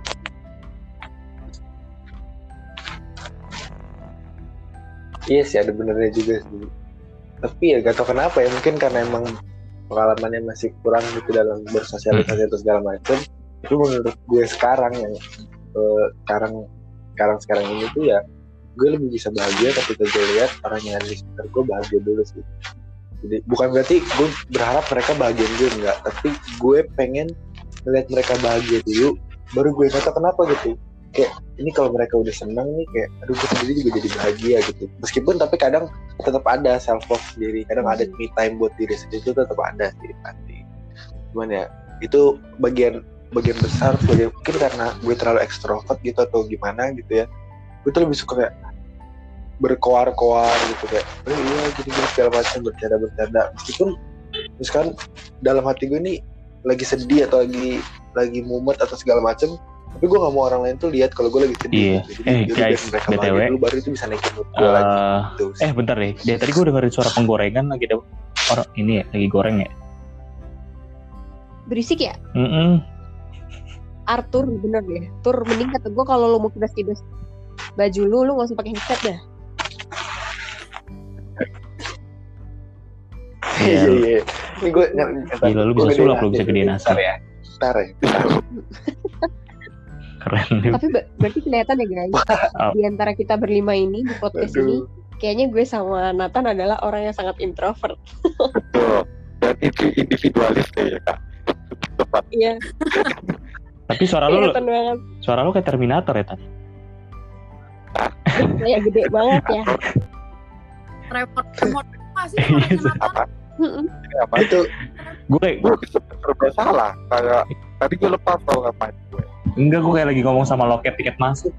Iya sih, ada benernya juga sih. Tapi ya gak tau kenapa ya, mungkin karena emang pengalamannya masih kurang gitu dalam bersosialisasi atau segala macam. Itu menurut gue sekarang yang eh, sekarang sekarang sekarang ini tuh ya gue lebih bisa bahagia ketika gue lihat orang yang ada di sekitar gue bahagia dulu sih. Jadi bukan berarti gue berharap mereka bahagiain gue, enggak, tapi gue pengen ngeliat mereka bahagia dulu, baru gue kata kenapa gitu. Kayak ini kalau mereka udah senang nih, kayak aduh gue sendiri juga jadi bahagia gitu. Meskipun tapi kadang tetap ada self love sendiri, kadang ada me time buat diri sendiri itu tetap ada sih pasti. Cuman ya itu bagian bagian besar sebagai mungkin karena gue terlalu ekstrovert gitu atau gimana gitu ya. Gue tuh lebih suka kayak berkoar-koar gitu kayak oh iya gini-gini segala macam, bercanda-bercanda. Meskipun misalkan dalam hati gue nih lagi sedih atau lagi lagi mumet atau segala macam, tapi gue nggak mau orang lain tuh lihat kalau gue lagi sedih. Iya. Gitu. Jadi Eh, yaudah guys, biar mereka B T W, bahagia dulu, baru itu bisa naikin mood gue lagi. Eh, Gitu. eh bentar deh. Dia tadi gue dengerin suara penggorengan lagi ada orang ini ya, lagi goreng ya. Berisik ya? Mm-mm. Arthur bener deh. Tur mending kata gue kalau lo mau kibas-kibas baju lu, lu nggak usah pakai headset dah. Iya iya. Ini gue Gila, lu bisa sulap, lu bisa gedein asap. ya. Ntar ya. Keren. Tapi ber- berarti kelihatan ya guys, Oh. di antara kita berlima ini di podcast Aduh. ini, kayaknya gue sama Nathan adalah orang yang sangat introvert. Betul. Dan itu individualis kayaknya kak. Tepat. Iya, Tapi suara lu kelihatan banget. suara lu kayak Terminator ya, Tan? Kayak gede banget ya. Remote remote apa sih suaranya Nathan? Apa? Mm-mm. Ini apa? Itu Gue Gue serba salah. Kayak tadi gue lepas tau nggak main gue. enggak, gue kayak lagi ngomong sama loket tiket masuk.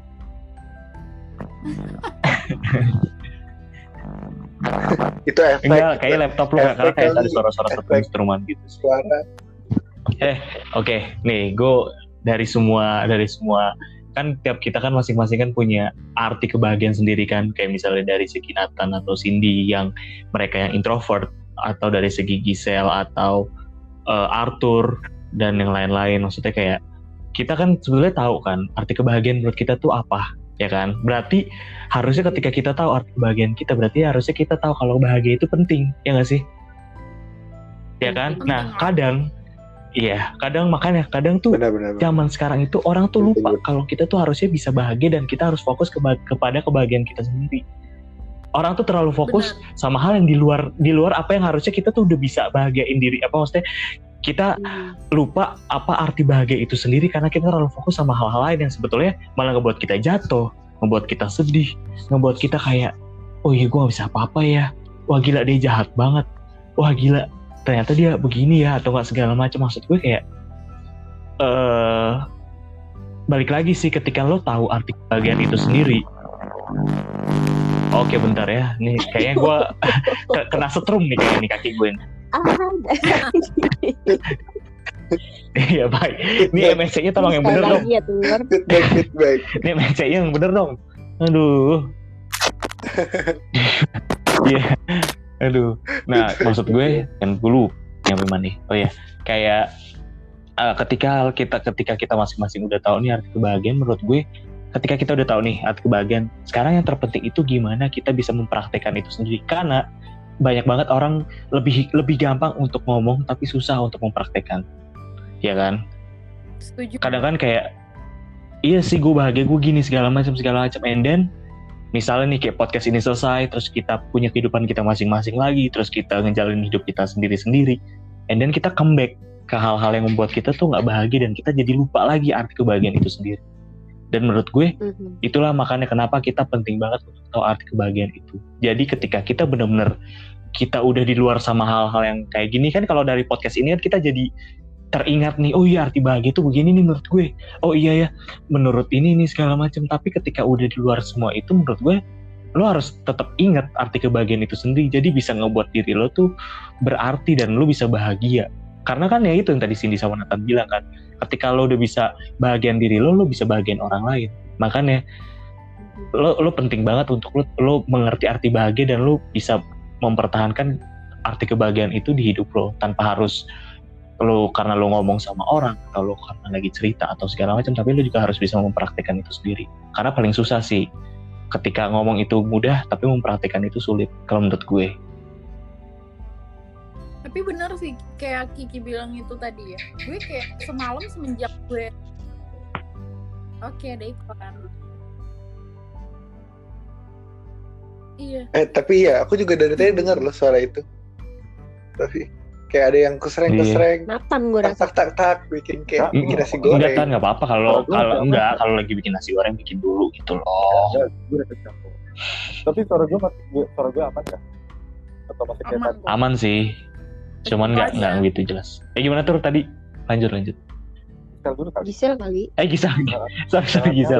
itu efek. Enggak, kayaknya laptop lu kayak Efek kayak kali, tadi suara-suara efek. seperti instrumen gitu sih. Suara. Oke, nih gue dari semua dari semua kan tiap kita kan masing-masing kan punya arti kebahagiaan sendiri kan, kayak misalnya dari segi Nathan atau Cindy yang mereka yang introvert, atau dari segi Giselle atau uh, Arthur dan yang lain-lain. Maksudnya kayak kita kan sebenarnya tahu kan arti kebahagiaan menurut kita tuh apa, ya kan? Berarti harusnya ketika kita tahu arti kebahagiaan kita, berarti harusnya kita tahu kalau bahagia itu penting, ya nggak sih? Ya kan? Penting. Nah, kadang, iya, kadang makanya kadang tuh Benar-benar. zaman sekarang itu orang tuh lupa Betul. kalau kita tuh harusnya bisa bahagia dan kita harus fokus keba- kepada kebahagiaan kita sendiri. Orang tuh terlalu fokus Benar. sama hal yang di luar di luar apa yang harusnya kita tuh udah bisa bahagiain diri. Apa maksudnya? Kita lupa apa arti bahagia itu sendiri karena kita terlalu fokus sama hal-hal lain yang sebetulnya malah ngebuat kita jatuh, ngebuat kita sedih, ngebuat kita kayak, oh iya gue gak bisa apa-apa ya, wah gila dia jahat banget, wah gila ternyata dia begini ya, atau gak segala macam. Maksud gue kayak uh, balik lagi sih ketika lo tahu arti kebahagiaan itu sendiri. Oke bentar ya, nih kayaknya gue kena setrum nih kayaknya nih kaki gue nih. Iya baik. Ini M S C-nya tolong yang bener dong. Iya tuh. Feedback, feedback. Ini M S C-nya yang bener dong. Aduh. Iya. Aduh. Nah maksud gue kan gue lupa nyampe mana nih. Oh ya, kayak uh, ketika kita ketika kita masing-masing udah tahu nih arti kebahagiaan, menurut gue ketika kita udah tahu nih arti kebahagiaan, sekarang yang terpenting itu gimana kita bisa mempraktekkan itu sendiri. Karena banyak banget orang lebih lebih gampang untuk ngomong tapi susah untuk mempraktekkan, ya kan? Setuju. Kadang kan kayak iya sih gue bahagia gue gini segala macam segala macam, and then misalnya nih kayak podcast ini selesai, terus kita punya kehidupan kita masing-masing lagi, terus kita ngejalanin hidup kita sendiri-sendiri, and then kita comeback ke hal-hal yang membuat kita tuh nggak bahagia dan kita jadi lupa lagi arti kebahagiaan itu sendiri. Dan menurut gue itulah makanya kenapa kita penting banget untuk tahu arti kebahagiaan itu. Jadi ketika kita benar-benar kita udah di luar sama hal-hal yang kayak gini kan, kalau dari podcast ini kan kita jadi teringat nih, oh iya arti bahagia itu begini nih menurut gue. Oh iya ya, menurut ini nih segala macam. Tapi ketika udah di luar semua itu, menurut gue lo harus tetap ingat arti kebahagiaan itu sendiri. Jadi bisa ngebuat diri lo tuh berarti dan lo bisa bahagia. Karena kan ya itu yang tadi Cindy sama Nathan bilang kan, ketika lo udah bisa bahagian diri lo, lo bisa bahagian orang lain. Makanya lo lo penting banget untuk lo lo mengerti arti bahagia dan lo bisa mempertahankan arti kebahagiaan itu di hidup lo tanpa harus lo karena lo ngomong sama orang atau lo karena lagi cerita atau segala macam, tapi lo juga harus bisa mempraktikkan itu sendiri. Karena paling susah sih ketika ngomong itu mudah tapi mempraktikkan itu sulit kalau menurut gue. Tapi bener sih kayak Kiki bilang itu tadi ya, gue kayak semalam semenjak gue oke ada iklan. Iya. Eh tapi ya aku juga dari tadi dengar loh suara itu. Tapi kayak ada yang kusreng-kusreng. Nathan gue Tak rasa. tak tak tak bikin kayak Mm, bikin nasi Enggak goreng. kan, nggak apa-apa kalau Kalau gue kalau nggak enggak apa-apa. kalau lagi bikin nasi goreng bikin dulu gitu loh. Ya, gue udah kencang kok. Tapi suara gue masih gue- suara gue aman kan? Atau masih kayak Aman tadi? kok. Aman sih, cuman nggak Aja. nggak gitu jelas. Eh gimana tuh tadi? Lanjut lanjut. Sekarang dulu kali. Gisel kali. Eh Gisel, sorry sorry Gisel.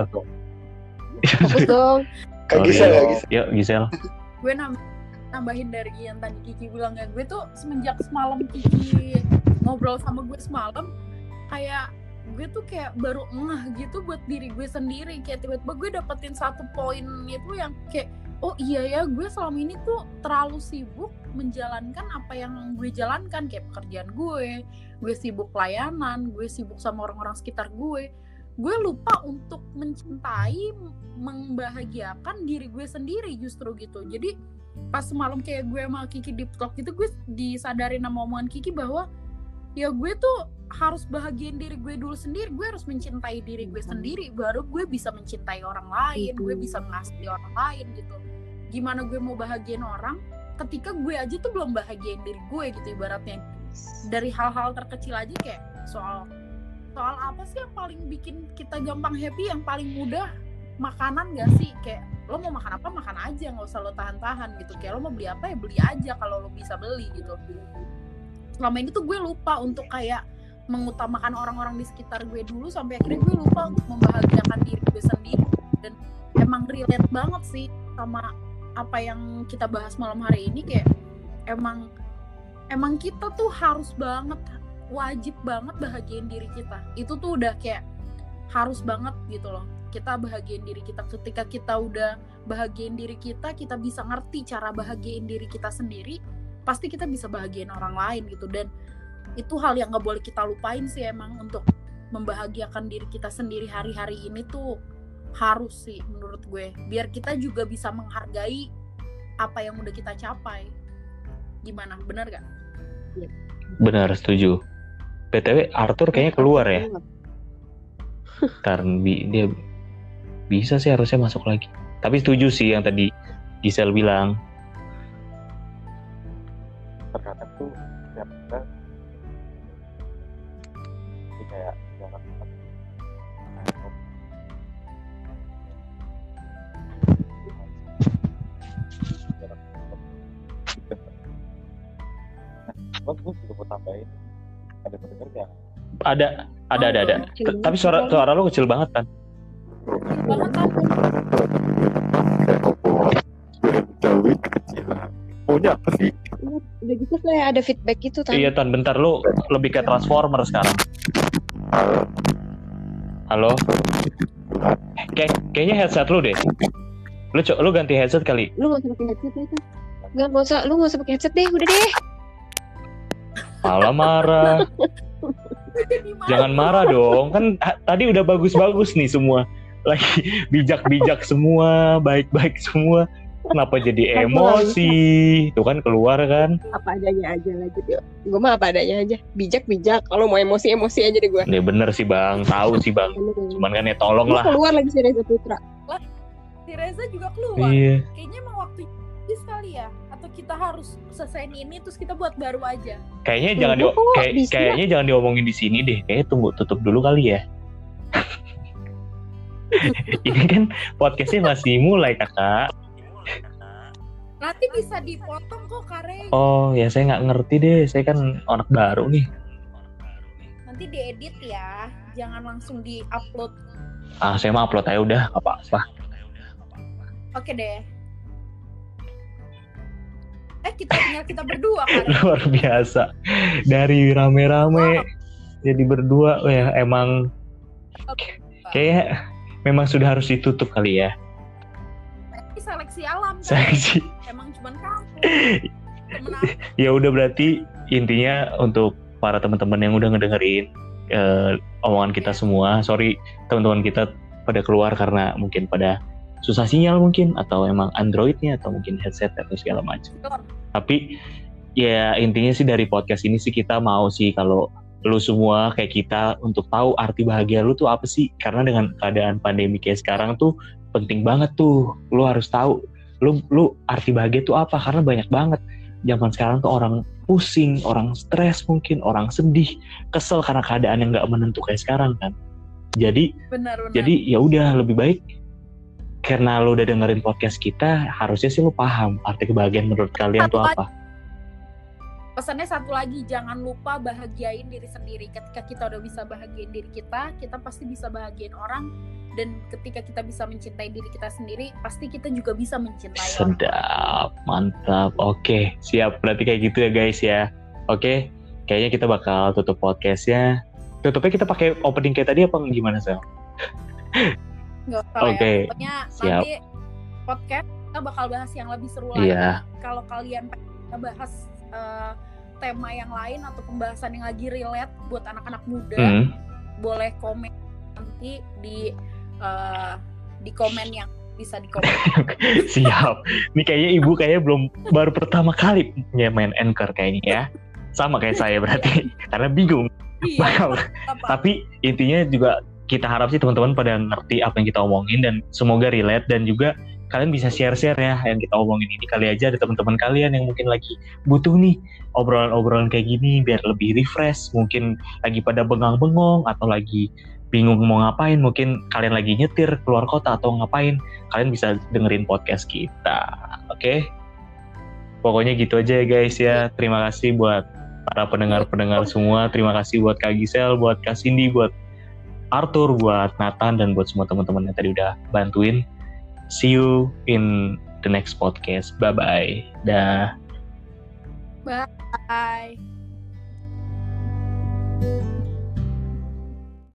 Fokus dong. Kak Sorry, Gisel yo. ya Gisel. Yuk Gisel. Gue nam- nambahin dari yang tadi Kiki bilang ya, gue tuh semenjak semalam Kiki ngobrol sama gue semalam, kayak gue tuh kayak baru ngeh gitu buat diri gue sendiri. Kayak tiba-tiba gue dapetin satu poin itu yang kayak, oh iya ya, gue selama ini tuh terlalu sibuk menjalankan apa yang gue jalankan, kayak pekerjaan gue, gue sibuk pelayanan, gue sibuk sama orang-orang sekitar gue. Gue lupa untuk mencintai, membahagiakan diri gue sendiri justru gitu. Jadi pas semalam kayak gue sama Kiki deep talk gitu, gue disadarin sama omongan Kiki bahwa ya gue tuh harus bahagiain diri gue dulu sendiri. Gue harus mencintai diri gue sendiri, baru gue bisa mencintai orang lain, gue bisa mengasihi orang lain gitu. Gimana gue mau bahagiain orang ketika gue aja tuh belum bahagiain diri gue gitu, ibaratnya. Dari hal-hal terkecil aja kayak soal soal apa sih yang paling bikin kita gampang happy, yang paling mudah? Makanan gak sih? Kayak lo mau makan apa, makan aja, gak usah lo tahan-tahan gitu. Kayak lo mau beli apa ya beli aja kalau lo bisa beli gitu. Selama ini tuh gue lupa untuk kayak mengutamakan orang-orang di sekitar gue dulu, sampai akhirnya gue lupa untuk membahagiakan diri gue sendiri. Dan emang relate banget sih sama apa yang kita bahas malam hari ini. Kayak emang emang kita tuh harus banget, wajib banget bahagiain diri kita. Itu tuh udah kayak harus banget gitu loh. Kita bahagiain diri kita. Ketika kita udah bahagiain diri kita, kita bisa ngerti cara bahagiain diri kita sendiri, pasti kita bisa bahagiain orang lain gitu. Dan itu hal yang gak boleh kita lupain sih emang, untuk membahagiakan diri kita sendiri hari-hari ini tuh harus sih menurut gue, biar kita juga bisa menghargai apa yang udah kita capai. Gimana, benar gak? Benar, setuju. B T W Arthur kayaknya keluar ya. Karena dia bisa sih harusnya masuk lagi. Tapi setuju sih yang tadi Gisel bilang. Terkadang tuh ya kita ini kayak jangan nah, gue juga mau tambahin ada pendengar yang Ada, ada, ada, ada. T- Tapi suara suara lo kecil banget kan? Banget aku. jauh kecilan. Punya apa sih? Udah gitu kayak ada feedback gitu kan. Iya Tan, bentar lu lebih ke Transformer sekarang. Halo? Kayak kayaknya headset lu deh. Lu co- lu ganti headset kali. Lu gak usah pakai headset ya kan? Gak, gak usah, lu gak usah pakai headset deh, udah deh. Malah marah. Jangan marah dong. Kan ha- tadi udah bagus-bagus nih semua. Lagi bijak-bijak semua, baik-baik semua. Kenapa jadi emosi? Tuh kan keluar kan. Apa adanya aja lah gitu. Gue mah apa adanya aja. Bijak-bijak. Kalau mau emosi-emosi aja deh gue. Ya bener sih Bang, tahu sih Bang. Cuman kan ya tolong Lu lah. keluar lagi si Reza Putra. Si Reza juga keluar. Iya. Kayaknya emang waktu habis kali ya, atau kita harus selesaiin ini terus kita buat baru aja. Kayaknya Loh, jangan di, kok kayak, bisa? kayaknya jangan diomongin di sini deh. Kayaknya tunggu tutup dulu kali ya. Ini kan podcastnya masih mulai kakak. Nanti bisa dipotong kok Kare. Oh ya saya nggak ngerti deh. Saya kan anak baru nih. Nanti diedit ya, jangan langsung di-upload. Ah saya mau upload aja udah, nggak apa-apa. Oke deh. Eh kita tinggal kita berdua Kare. Luar biasa. Dari rame-rame jadi berdua. Oh ya emang kayak memang sudah harus ditutup kali ya. Ini seleksi alam kan. Saya sih. Emang cuman kamu. Temen aku. Ya udah berarti intinya untuk para teman-teman yang udah ngedengerin eh, omongan kita semua, sorry teman-teman kita pada keluar karena mungkin pada susah sinyal mungkin atau emang Androidnya atau mungkin headset atau segala macam. Tapi ya intinya sih dari podcast ini sih kita mau sih kalau lu semua kayak kita untuk tahu arti bahagia lu tuh apa sih, karena dengan keadaan pandemi kayak sekarang tuh penting banget tuh lu harus tahu lu lu arti bahagia tuh apa, karena banyak banget zaman sekarang tuh orang pusing, orang stres mungkin, orang sedih, kesel karena keadaan yang nggak menentu kayak sekarang kan. Jadi Benar, benar. jadi ya udah lebih baik karena lu udah dengerin podcast kita, harusnya sih lu paham arti kebahagiaan menurut kalian tuh apa. Pesannya satu lagi, jangan lupa bahagiain diri sendiri. Ketika kita udah bisa bahagiain diri kita, kita pasti bisa bahagiain orang. Dan ketika kita bisa mencintai diri kita sendiri, pasti kita juga bisa mencintai orang. Sedap, mantap. Oke, siap. Berarti kayak gitu ya guys ya. Oke, kayaknya kita bakal tutup podcastnya. Tutupnya kita pakai opening kayak tadi apa gimana Sel? Nggak usah Oke, ya. Pokoknya siap. nanti podcast kita bakal bahas yang lebih seru lagi. Iya. Kalau kalian pengen kita bahas uh, tema yang lain atau pembahasan yang lagi relate buat anak-anak muda, Hmm. boleh komen nanti di uh, di komen yang bisa di komen. Siap. Ini kayaknya ibu kayaknya belum baru pertama kali punya main anchor kayaknya ya. Sama kayak saya berarti. Karena bingung. Iya. Bakal. Apa? Tapi intinya juga kita harap sih teman-teman pada ngerti apa yang kita omongin dan semoga relate, dan juga kalian bisa share-share ya yang kita omongin ini. Kali aja ada teman-teman kalian yang mungkin lagi butuh nih obrolan-obrolan kayak gini biar lebih refresh, mungkin lagi pada bengang-bengong atau lagi bingung mau ngapain, mungkin kalian lagi nyetir keluar kota atau ngapain, kalian bisa dengerin podcast kita. Oke? Pokoknya gitu aja ya guys ya. Terima kasih buat para pendengar-pendengar semua. Terima kasih buat Kak Gisel, buat Kak Cindy, buat Arthur, buat Nathan, dan buat semua teman-teman yang tadi udah bantuin. See you in the next podcast. Bye-bye. Dah. Bye.